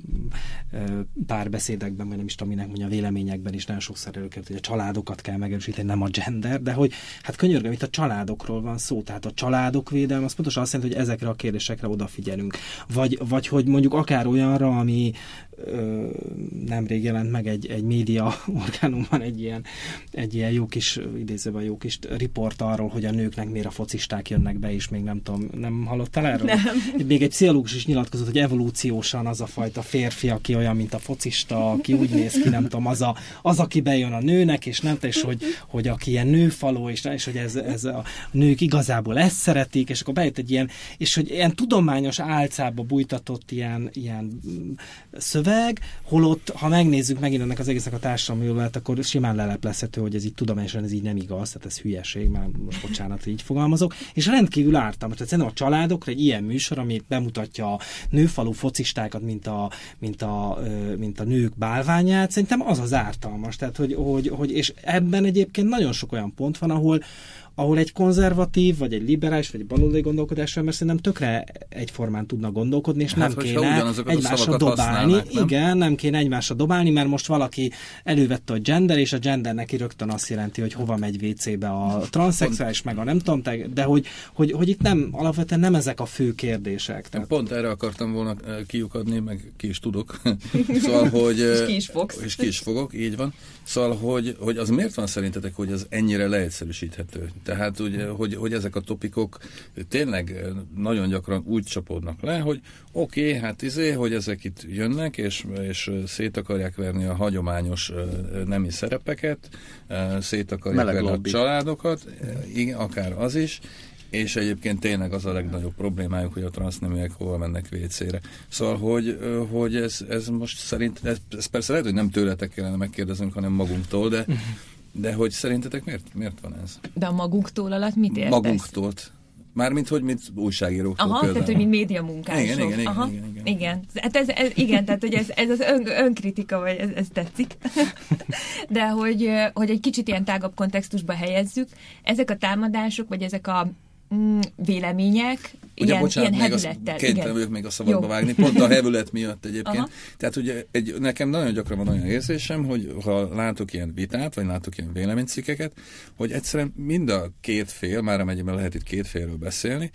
párbeszédekben, vagy nem is tudom, minek mondja, a véleményekben is nagyon sokszor előkerül, hogy a családokat kell megerősíteni, nem a gender, de hogy hát könyörgöm, itt a családokról van szó, tehát a családok védelme, az pontosan azt jelenti, hogy ezekre a kérdésekre odafigyelünk. Vagy, vagy hogy mondjuk akár olyanra, ami ö, nemrég jelent meg egy, egy média orgánumban egy ilyen, egy ilyen jó kis, idézőben jó kis riport arról, hogy a nőknek miért a focisták jönnek be, és még nem tudom, nem hallottál erről? Nem. Még egy pszichológus is nyilatkozott, hogy evolúciósan az a fajta férfi, aki olyan, mint a focista, aki úgy néz ki, nem tudom, az, a, az aki bejön a nőnek, és nem, és hogy, hogy aki ilyen nőfaló, és, és hogy ez, ez a nők igazából ezt szeretik, és akkor bejött egy ilyen, és hogy ilyen tudományos álcába bújtatott ilyen, ilyen szöveg, holott, ha megnézzük megint ennek az egésznek a társadalmi jövőt, akkor simán leleplezhető, hogy ez így tudományosan ez így nem igaz, tehát ez hülyeség, már most bocsánat, így fogalmazok, és rendkívül ártalmas. Tehát szerintem a családokra egy ilyen műsor, ami bemutatja a nőfalú focistákat, mint a, mint a, mint a nők bálványát, szerintem az az ártalmas. Tehát, hogy, hogy, hogy, és ebben egyébként nagyon sok olyan pont van, ahol ahol egy konzervatív, vagy egy liberális, vagy egy baloldali gondolkodásra, mert szerintem tökre egyformán tudnak gondolkodni, és hát, nem kéne egymásra dobálni. Igen, nem kéne egymásra dobálni, mert most valaki elővette a gender, és a gender neki rögtön azt jelenti, hogy hova megy vécébe a transzexuális, meg a nem tudom, de hogy, hogy, hogy itt nem, alapvetően nem ezek a fő kérdések. Tehát... Pont erre akartam volna kiukadni, meg ki is tudok. Szóval, hogy... és ki is fogsz. És ki is fogok, így van. Szóval, hogy, hogy az miért van szerintetek, hogy ez ennyire leegyszerűsíthető? Tehát, ugye, hogy, hogy ezek a topikok tényleg nagyon gyakran úgy csapódnak le, hogy oké, okay, hát izé, hogy ezek itt jönnek, és, és szét akarják verni a hagyományos nemi szerepeket, szét akarják Meleg verni lobby. a családokat, igen, akár az is, és egyébként tényleg az a legnagyobb problémájuk, hogy a transzneműek hova mennek vécére. Szóval, hogy, hogy ez, ez most szerint, ez, ez persze lehet, hogy nem tőletek kellene megkérdeznünk, hanem magunktól, de De hogy szerintetek miért, miért van ez? De a magunktól alatt mit értesz? Magunktól. Mármint, hogy mint újságíróktól. Aha, például. tehát, hogy mint médiamunkások. Igen, igen, igen, Aha. igen, igen. Igen, hát ez, ez, igen, tehát hogy ez, ez az ön, önkritika, vagy ez, ez tetszik. De hogy, hogy egy kicsit ilyen tágabb kontextusba helyezzük, ezek a támadások, vagy ezek a mm, vélemények, ugye, ilyen, bocsánat, ilyen hevülettel. Kénytelen vagyok még a szabadba Jó. vágni, pont a hevület miatt egyébként. Aha. Tehát ugye egy, nekem nagyon gyakran van olyan érzésem, hogy ha látok ilyen vitát, vagy látok ilyen véleménycikkeket, hogy egyszerűen mind a két fél, már amennyiben lehet itt két félről beszélni,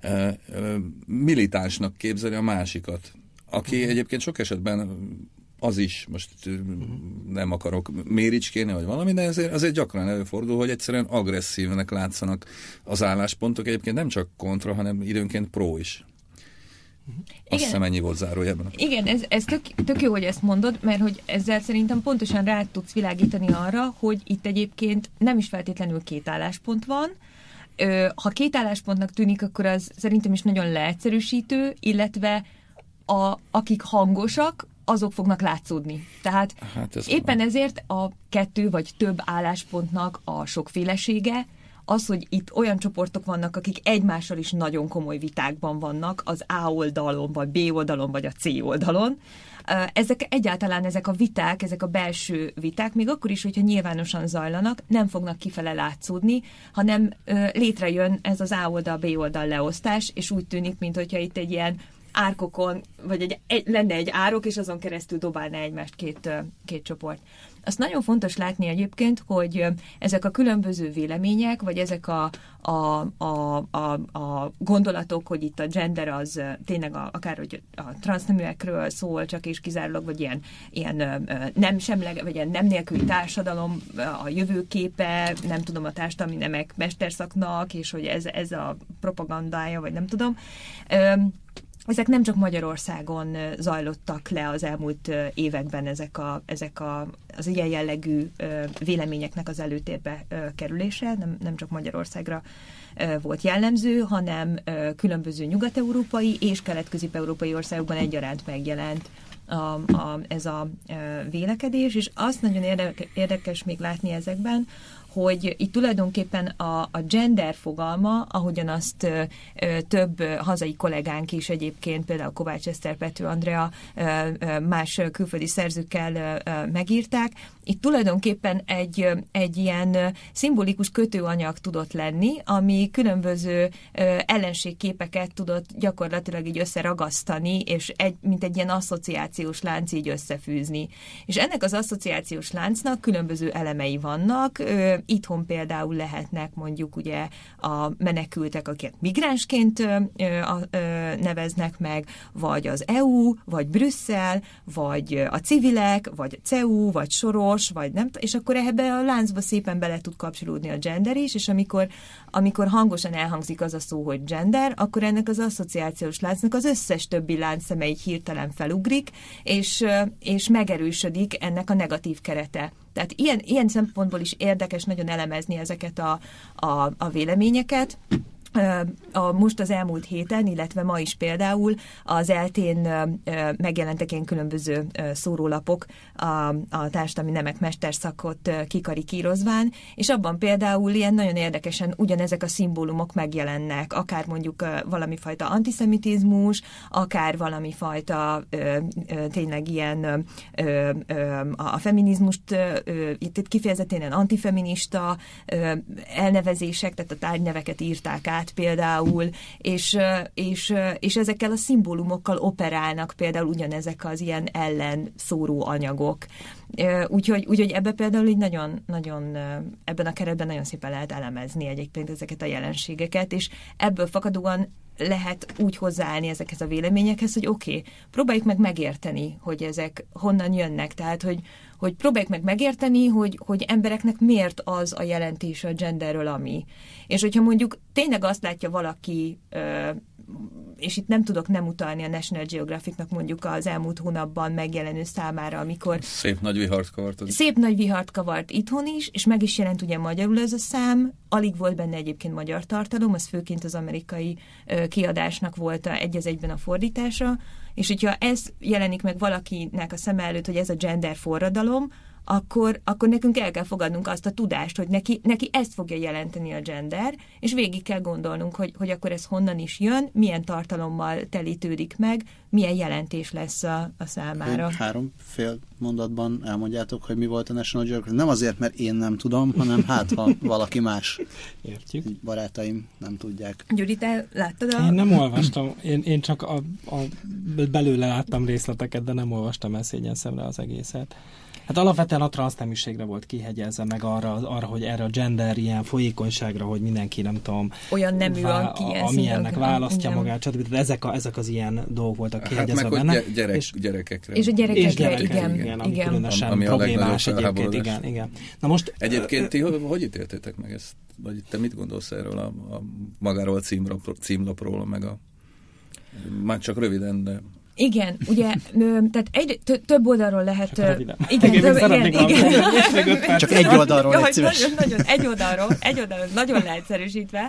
militánsnak képzeli a másikat, aki uh-huh. egyébként sok esetben az is, most nem akarok méricskéni, vagy valami, de ezért, azért gyakran előfordul, hogy egyszerűen agresszívnek látszanak az álláspontok, egyébként nem csak kontra, hanem időnként pro is. Azt hiszem, ennyi volt zárójelben. Igen, ez, ez tök, tök jó, hogy ezt mondod, mert hogy ezzel szerintem pontosan rá tudsz világítani arra, hogy itt egyébként nem is feltétlenül két álláspont van. Ha két álláspontnak tűnik, akkor az szerintem is nagyon leegyszerűsítő, illetve a, akik hangosak, azok fognak látszódni. Tehát hát ez éppen van. Ezért a kettő vagy több álláspontnak a sokfélesége, az, hogy itt olyan csoportok vannak, akik egymással is nagyon komoly vitákban vannak, az A oldalon, vagy B oldalon, vagy a C oldalon. Ezek egyáltalán ezek a viták, ezek a belső viták, még akkor is, hogyha nyilvánosan zajlanak, nem fognak kifele látszódni, hanem létrejön ez az A oldal, B oldal leosztás, és úgy tűnik, mintha itt egy ilyen árkokon, vagy egy, egy, lenne egy árok, és azon keresztül dobálná egymást két, két csoport. Azt nagyon fontos látni egyébként, hogy ezek a különböző vélemények, vagy ezek a, a, a, a, a gondolatok, hogy itt a gender az tényleg a, akár hogy a transzneműekről szól, csak és kizárólag, vagy ilyen, ilyen nem semleg, vagy ilyen nem nélküli társadalom, a jövőképe, nem tudom, a társadalmi nemek mesterszaknak, és hogy ez, ez a propagandája, vagy nem tudom. Ezek nem csak Magyarországon zajlottak le az elmúlt években ezek, a, ezek a, az ilyen jellegű véleményeknek az előtérbe kerülése, nem, nem csak Magyarországra volt jellemző, hanem különböző nyugat-európai és kelet-közép-európai országokban egyaránt megjelent a, a, ez a vélekedés, és azt nagyon érdekes, érdekes még látni ezekben, hogy itt tulajdonképpen a, a gender fogalma, ahogyan azt ö, ö, több hazai kollégánk is egyébként, például Kovács Eszter, Pető Andrea, ö, ö, más külföldi szerzőkkel ö, ö, megírták, itt tulajdonképpen egy, egy ilyen szimbolikus kötőanyag tudott lenni, ami különböző ö, ellenségképeket tudott gyakorlatilag így összeragasztani, és egy, mint egy ilyen asszociációs lánc így összefűzni. És ennek az asszociációs láncnak különböző elemei vannak. Ö, Itthon például lehetnek mondjuk ugye a menekültek, akiket migránsként ö, ö, neveznek meg, vagy az é u, vagy Brüsszel, vagy a civilek, vagy a cé e u, vagy Soros, vagy nem, és akkor ebbe a láncba szépen bele tud kapcsolódni a gender is, és amikor, amikor hangosan elhangzik az a szó, hogy gender, akkor ennek az asszociációs láncnak az összes többi láncszeme így hirtelen felugrik, és, és megerősödik ennek a negatív kerete. Tehát ilyen, ilyen szempontból is érdekes nagyon elemezni ezeket a, a, a véleményeket. A, most az elmúlt héten, illetve ma is például az eltén megjelentek ilyen különböző szórólapok a, a társadalmi nemek mesterszakot kikarikírozván, és abban például ilyen nagyon érdekesen ugyanezek a szimbólumok megjelennek, akár mondjuk valami fajta antiszemitizmus, akár valami fajta ö, ö, tényleg ilyen ö, ö, a feminizmust ö, itt kifejezetten ilyen antifeminista ö, elnevezések, tehát a tárgyneveket írták át például, és, és, és ezekkel a szimbólumokkal operálnak például ugyanezek az ilyen ellen szóró anyagok. Úgyhogy, úgyhogy ebbe például így nagyon, nagyon, ebben a keretben nagyon szépen lehet elemezni egyébként ezeket a jelenségeket, és ebből fakadóan lehet úgy hozzáállni ezekhez a véleményekhez, hogy oké, okay, próbáljuk meg megérteni, hogy ezek honnan jönnek, tehát, hogy, hogy próbáljuk meg megérteni, hogy, hogy embereknek miért az a jelentés a genderről, ami. És hogyha mondjuk tényleg azt látja valaki, és itt nem tudok nem utalni a National Geographicnak mondjuk az elmúlt hónapban megjelenő számára, amikor... Szép nagy vihart kavart. Az... Szép nagy vihart kavart itthon is, és meg is jelent ugye magyarul ez a szám, alig volt benne egyébként magyar tartalom, az főként az amerikai ö, kiadásnak volt a, egy az egyben a fordítása, és hogyha ez jelenik meg valakinek a szeme előtt, hogy ez a gender forradalom, akkor, akkor nekünk el kell fogadnunk azt a tudást, hogy neki, neki ezt fogja jelenteni a gender, és végig kell gondolnunk, hogy, hogy akkor ez honnan is jön, milyen tartalommal telítődik meg, milyen jelentés lesz a, a számára. Én három fél mondatban elmondjátok, hogy mi volt a National Geographic. Nem azért, mert én nem tudom, hanem hát, ha valaki más. Értjük. Barátaim nem tudják. Gyuri, te láttad a... Én nem olvastam, én, én csak a, a, belőle láttam részleteket, de nem olvastam el szégyen szemre az egészet. Hát alapvetően a transzneműségre volt kihegyezve, meg arra, arra, hogy erre a gender ilyen folyékonyságra, hogy mindenki, nem tudom, olyan nemű, vá- aki ilyen amilyennek választja igen. magát, stb. Ezek, a, ezek az ilyen dolgok voltak kihegyezve hát meg, benne. Hogy gyerek, és, gyerekekre. És a gyerekekre, és gyerekekre igen. igen, ami igen. különösen ami problémás egyébként. Igen, igen. Na most, Egyébként ti hogy ítéltétek meg ezt? Vagy te mit gondolsz erről a, a magáról a címlapról, címlapról, meg a már csak röviden, de... Igen, ugye, tehát egy, több oldalról lehet... Röviden. Igen, több, igen, igen. Csak egy oldalról Jaj, egy szíves. Nagyon, nagyon, egy oldalról, egy oldalról, nagyon leegyszerűsítve,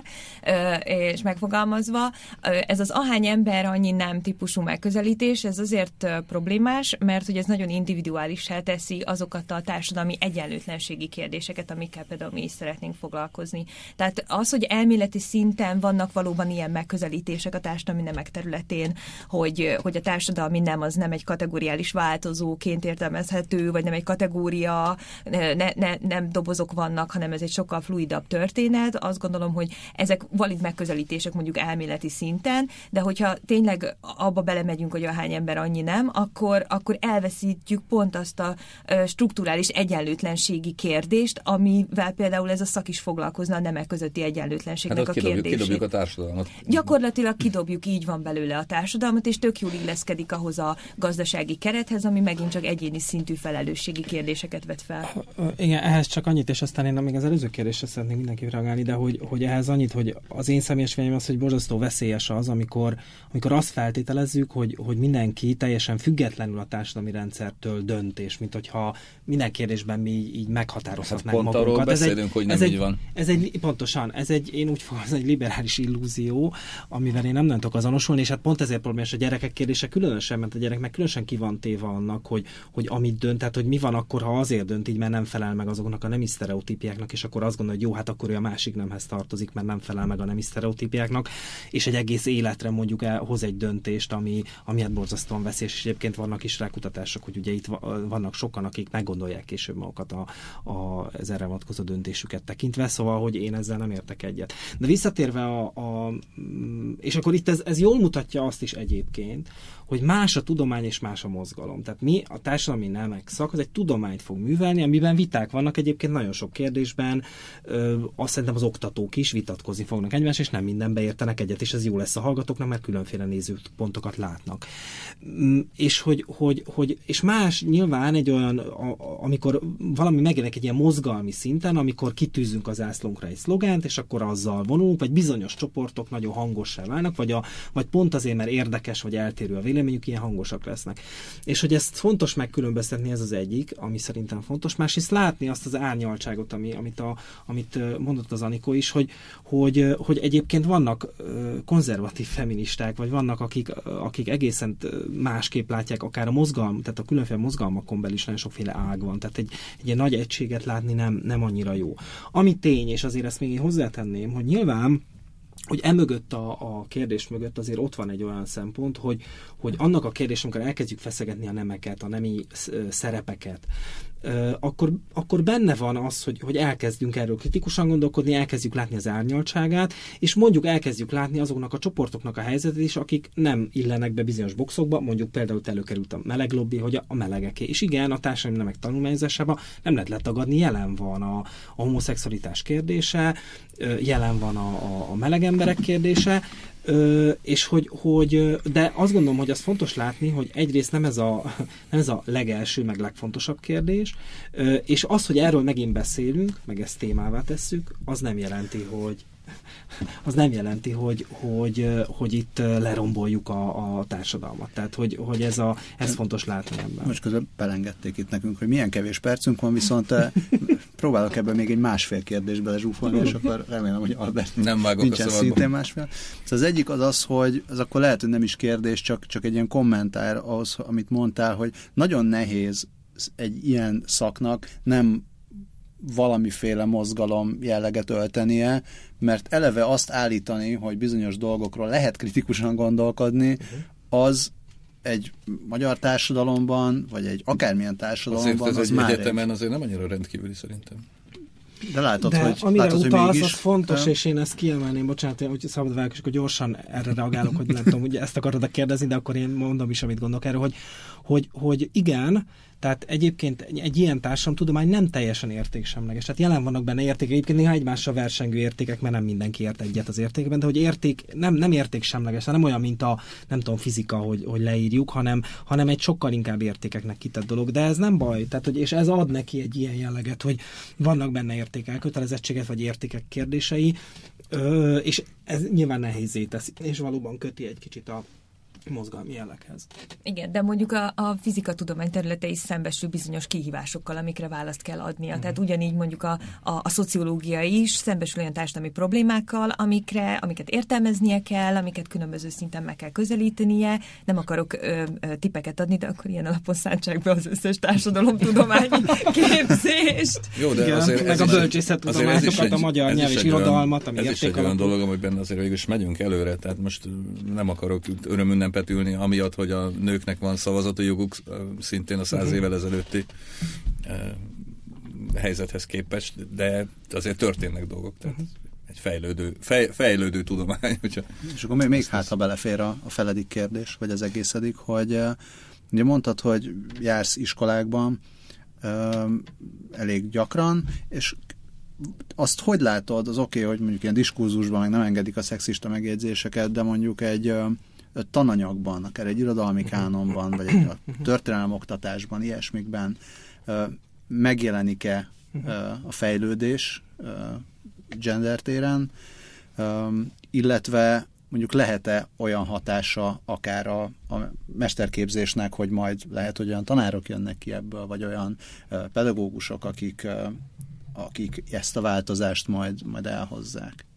és megfogalmazva. Ez az ahány ember, annyi nem típusú megközelítés, ez azért problémás, mert hogy ez nagyon individuálissá teszi azokat a társadalmi egyenlőtlenségi kérdéseket, amikkel például mi is szeretnénk foglalkozni. Tehát az, hogy elméleti szinten vannak valóban ilyen megközelítések a társadalmi nemek területén, hogy, hogy a társadalmi nem az nem egy kategóriális változóként értelmezhető, vagy nem egy kategória, ne, ne, nem dobozok vannak, hanem ez egy sokkal fluidabb történet. Azt gondolom, hogy ezek valid megközelítések mondjuk elméleti szinten, de hogyha tényleg abba belemegyünk, hogy ahány ember annyi nem, akkor, akkor elveszítjük pont azt a strukturális egyenlőtlenségi kérdést, amivel például ez a szak is foglalkozna a nemek közötti egyenlőtlenségnek hát a kidobjuk, kérdését. kidobjuk a társadalmat. Gyakorlatilag kidobjuk, így van belőle a társadalmat, és tök jól illeszkedik ahhoz a gazdasági kerethez, ami megint csak egyéni szintű felelősségi kérdéseket vet fel. Igen, ehhez csak annyit, és aztán én még az előző kérdésre szeretnék mindenki reagálni, de hogy, hogy ehhez annyit, hogy az én személyes véleményem az, hogy borzasztó veszélyes az, amikor, amikor azt feltételezzük, hogy, hogy mindenki teljesen függetlenül a társadalmi rendszertől dönt, és mint hogyha minden kérdésben mi így meghatározhatnánk hát magunkat. Pont arról beszélünk, ez egy, hogy nem ez így egy, van. Ez egy, pontosan, ez egy, én úgy fogom, ez egy liberális illúzió, amivel én nem nagyon tudok azonosulni, és hát pont ezért problémás a gyerekek kérdése különösen, mert a gyereknek különösen ki van téve annak, hogy, hogy amit dönt, tehát hogy mi van akkor, ha azért dönt így, mert nem felel meg azoknak a nemi sztereotípiáknak, és akkor azt gondolja, hogy jó, hát akkor ő a másik nemhez tartozik, mert nem felel meg a nemi sztereotípiáknak, és egy egész életre mondjuk el, hoz egy döntést, ami, ami hát borzasztóan veszélyes, és egyébként vannak is rá kutatások, hogy ugye itt vannak sokan, akik meggondolják később magukat a, a, az erre vonatkozó döntésüket tekintve, szóval, hogy én ezzel nem értek egyet. De visszatérve a, a és akkor itt ez, ez jól mutatja azt is egyébként, hogy más a tudomány és más a mozgalom. Tehát mi, a társadalmi nemek szak, az egy tudományt fog művelni, amiben viták vannak egyébként nagyon sok kérdésben, ö, azt szerintem az oktatók is vitatkozni fognak egymás, és nem mindenbe értenek egyet, és ez jó lesz a hallgatóknak, mert különféle nézőpontokat látnak. És hogy, hogy, hogy és más nyilván egy olyan, a, amikor valami megjelenik egy ilyen mozgalmi szinten, amikor kitűzünk az zászlónkra egy szlogánt, és akkor azzal vonulunk, vagy bizonyos csoportok nagyon hangossá válnak, vagy, a, vagy pont azért, mert érdekes, vagy eltérő a véleményük, ilyen hangosak lesznek. És hogy ezt fontos megkülönböztetni, ez az egyik, ami szerintem fontos. Másrészt látni azt az árnyaltságot, ami, amit, a, amit mondott az Anikó is, hogy, hogy, hogy egyébként vannak konzervatív feministák, vagy vannak, akik, akik egészen másképp látják akár a mozgalom, tehát a különféle mozgalmakon belül is nagyon sokféle ág van. Tehát egy, egy ilyen nagy egységet látni nem, nem annyira jó. Ami tény, és azért ezt még én hozzátenném, hogy nyilván hogy emögött a, a kérdés mögött azért ott van egy olyan szempont, hogy, hogy annak a kérdés, amikor elkezdjük feszegetni a nemeket, a nemi szerepeket, akkor, akkor benne van az, hogy, hogy elkezdünk erről kritikusan gondolkodni, elkezdjük látni az árnyaltságát, és mondjuk elkezdjük látni azoknak a csoportoknak a helyzetét is, akik nem illenek be bizonyos boxokba, mondjuk például előkerült a meleg lobby, hogy a, a melegeké. És igen, a társadalmi nemek tanulmányozásában nem lehet letagadni, jelen van a, a homoszexualitás kérdése, jelen van a, a, a meleg emberek kérdése, Ö, és hogy, hogy, de azt gondolom, hogy az fontos látni, hogy egyrészt nem ez a, nem ez a legelső, meg legfontosabb kérdés, ö, és az, hogy erről megint beszélünk, meg ezt témává tesszük, az nem jelenti, hogy az nem jelenti, hogy, hogy, hogy itt leromboljuk a, a társadalmat. Tehát, hogy, hogy ez, a, ez fontos látni ebben. Most közben belengedték itt nekünk, hogy milyen kevés percünk van, viszont próbálok ebben még egy másfél kérdésbe lezsúfolni, és akkor remélem, hogy Albert nem nincsen szintén másfél. Szóval az egyik az az, hogy az akkor lehet, hogy nem is kérdés, csak, csak egy ilyen kommentár ahhoz, amit mondtál, hogy nagyon nehéz egy ilyen szaknak nem valamiféle mozgalom jelleget öltenie, mert eleve azt állítani, hogy bizonyos dolgokról lehet kritikusan gondolkodni, uh-huh. az egy magyar társadalomban, vagy egy akármilyen társadalomban, azért az egy már egyetemen egy... azért nem annyira rendkívüli szerintem. De látod, De hogy, amire látod, utalsz, hogy mégis, az fontos, de... és én ezt kiemelném, bocsánat, hogy szabad vágok, és akkor gyorsan erre reagálok, hogy nem tudom, hogy ezt akarod kérdezni, de akkor én mondom is, amit gondolok erről, hogy, hogy, hogy igen, tehát egyébként egy ilyen társadalomtudomány nem teljesen értéksemleges. Tehát jelen vannak benne értékek, egyébként néha egymással versengő értékek, mert nem mindenki ért egyet az értékben, de hogy érték, nem, nem értéksemleges, nem olyan, mint a nem tudom, fizika, hogy, hogy leírjuk, hanem, hanem egy sokkal inkább értékeknek kitett dolog. De ez nem baj, tehát, hogy, és ez ad neki egy ilyen jelleget, hogy vannak benne értékek, kötelezettségek vagy értékek kérdései, ö, és ez nyilván nehézé teszi, és valóban köti egy kicsit a mozgalmi jelleghez. Igen, de mondjuk a, a fizikatudomány területe is szembesül bizonyos kihívásokkal, amikre választ kell adnia. Uh-huh. Tehát ugyanígy mondjuk a, a, a szociológia is szembesül olyan társadalmi problémákkal, amikre, amiket értelmeznie kell, amiket különböző szinten meg kell közelítenie. Nem akarok ö, ö, tippeket adni, de akkor ilyen alapon szántsák be az összes társadalomtudományi képzést. Jó, de igen, azért meg a bölcsészettudományokat, a magyar nyelv és irodalmat, ami ez is egy olyan dolog, amiben azért végül is megyünk előre, tehát most nem akarok örömünnepet ülni, amiatt, hogy a nőknek van szavazati joguk, szintén a száz évvel ezelőtti eh, helyzethez képest, de azért történnek dolgok, tehát egy fejlődő, fej, fejlődő tudomány. Hogyha és akkor még, még hát, ha belefér a, a feledik kérdés, vagy az egészedik, hogy uh, ugye mondtad, hogy jársz iskolákban uh, elég gyakran, és azt hogy látod, az oké, okay, hogy mondjuk ilyen diskurzusban meg nem engedik a szexista megjegyzéseket, de mondjuk egy uh, tananyagban, akár egy irodalmi kánonban, vagy egy történelem oktatásban, ilyesmikben megjelenik-e a fejlődés gender téren, illetve mondjuk lehet-e olyan hatása akár a, a mesterképzésnek, hogy majd lehet, hogy olyan tanárok jönnek ki ebből, vagy olyan pedagógusok, akik, akik ezt a változást majd, majd elhozzák.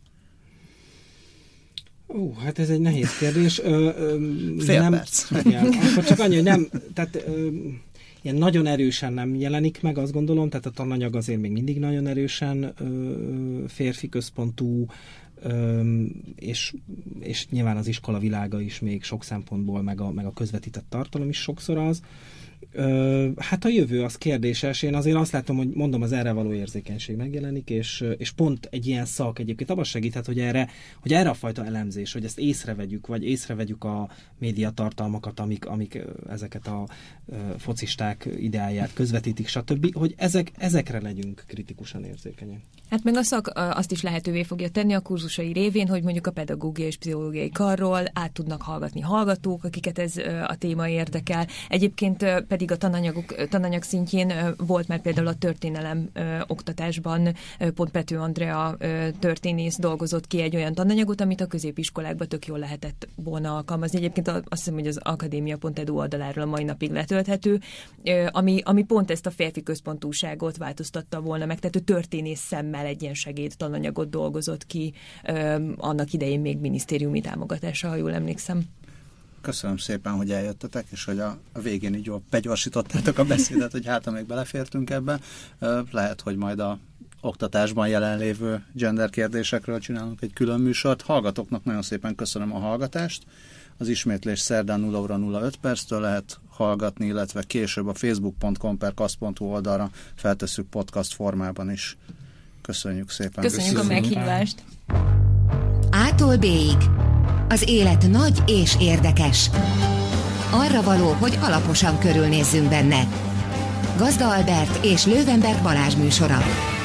Ó, hát ez egy nehéz kérdés. Ö, ö, Fél nem, perc. Igen, akkor csak annyi, hogy nem, tehát ö, ilyen nagyon erősen nem jelenik meg, azt gondolom, tehát a tananyag azért még mindig nagyon erősen ö, férfi központú, ö, és, és nyilván az iskola világa is még sok szempontból, meg a, meg a közvetített tartalom is sokszor az. Ö, hát a jövő az kérdéses. Én azért azt látom, hogy mondom, az erre való érzékenység megjelenik, és, és pont egy ilyen szak egyébként abban segíthet, hogy erre, hogy erre a fajta elemzés, hogy ezt észrevegyük, vagy észrevegyük a médiatartalmakat, amik, amik ezeket a ö, focisták ideáját közvetítik, stb., hogy ezek, ezekre legyünk kritikusan érzékenyek. Hát meg a szak azt is lehetővé fogja tenni a kurzusai révén, hogy mondjuk a pedagógiai és pszichológiai karról át tudnak hallgatni hallgatók, akiket ez a téma érdekel. Egyébként pedig a tananyagok, tananyag szintjén volt már például a történelem oktatásban, pont Pető Andrea történész dolgozott ki egy olyan tananyagot, amit a középiskolákban tök jól lehetett volna alkalmazni. Egyébként azt hiszem, hogy az akadémia pont edu oldaláról a mai napig letölthető, ami, ami pont ezt a férfi központúságot változtatta volna meg, tehát ő történész szemmel egy ilyen segéd tananyagot dolgozott ki, annak idején még minisztériumi támogatása, ha jól emlékszem. Köszönöm szépen, hogy eljöttetek, és hogy a, a végén így jól begyorsítottátok a beszédet, hogy hát, ha még belefértünk ebbe. Lehet, hogy majd a oktatásban jelenlévő gender kérdésekről csinálunk egy külön műsort. Hallgatóknak nagyon szépen köszönöm a hallgatást. Az ismétlés szerdán nulla óra nulla öt perctől lehet hallgatni, illetve később a facebook pont com per kasz pont hu oldalra feltesszük podcast formában is. Köszönjük szépen. Köszönjük Köszönjük. a meghívást. A-tól B-ig. Az élet nagy és érdekes. Arra való, hogy alaposan körülnézzünk benne. Gazda Albert és Löwenberg Balázs műsora.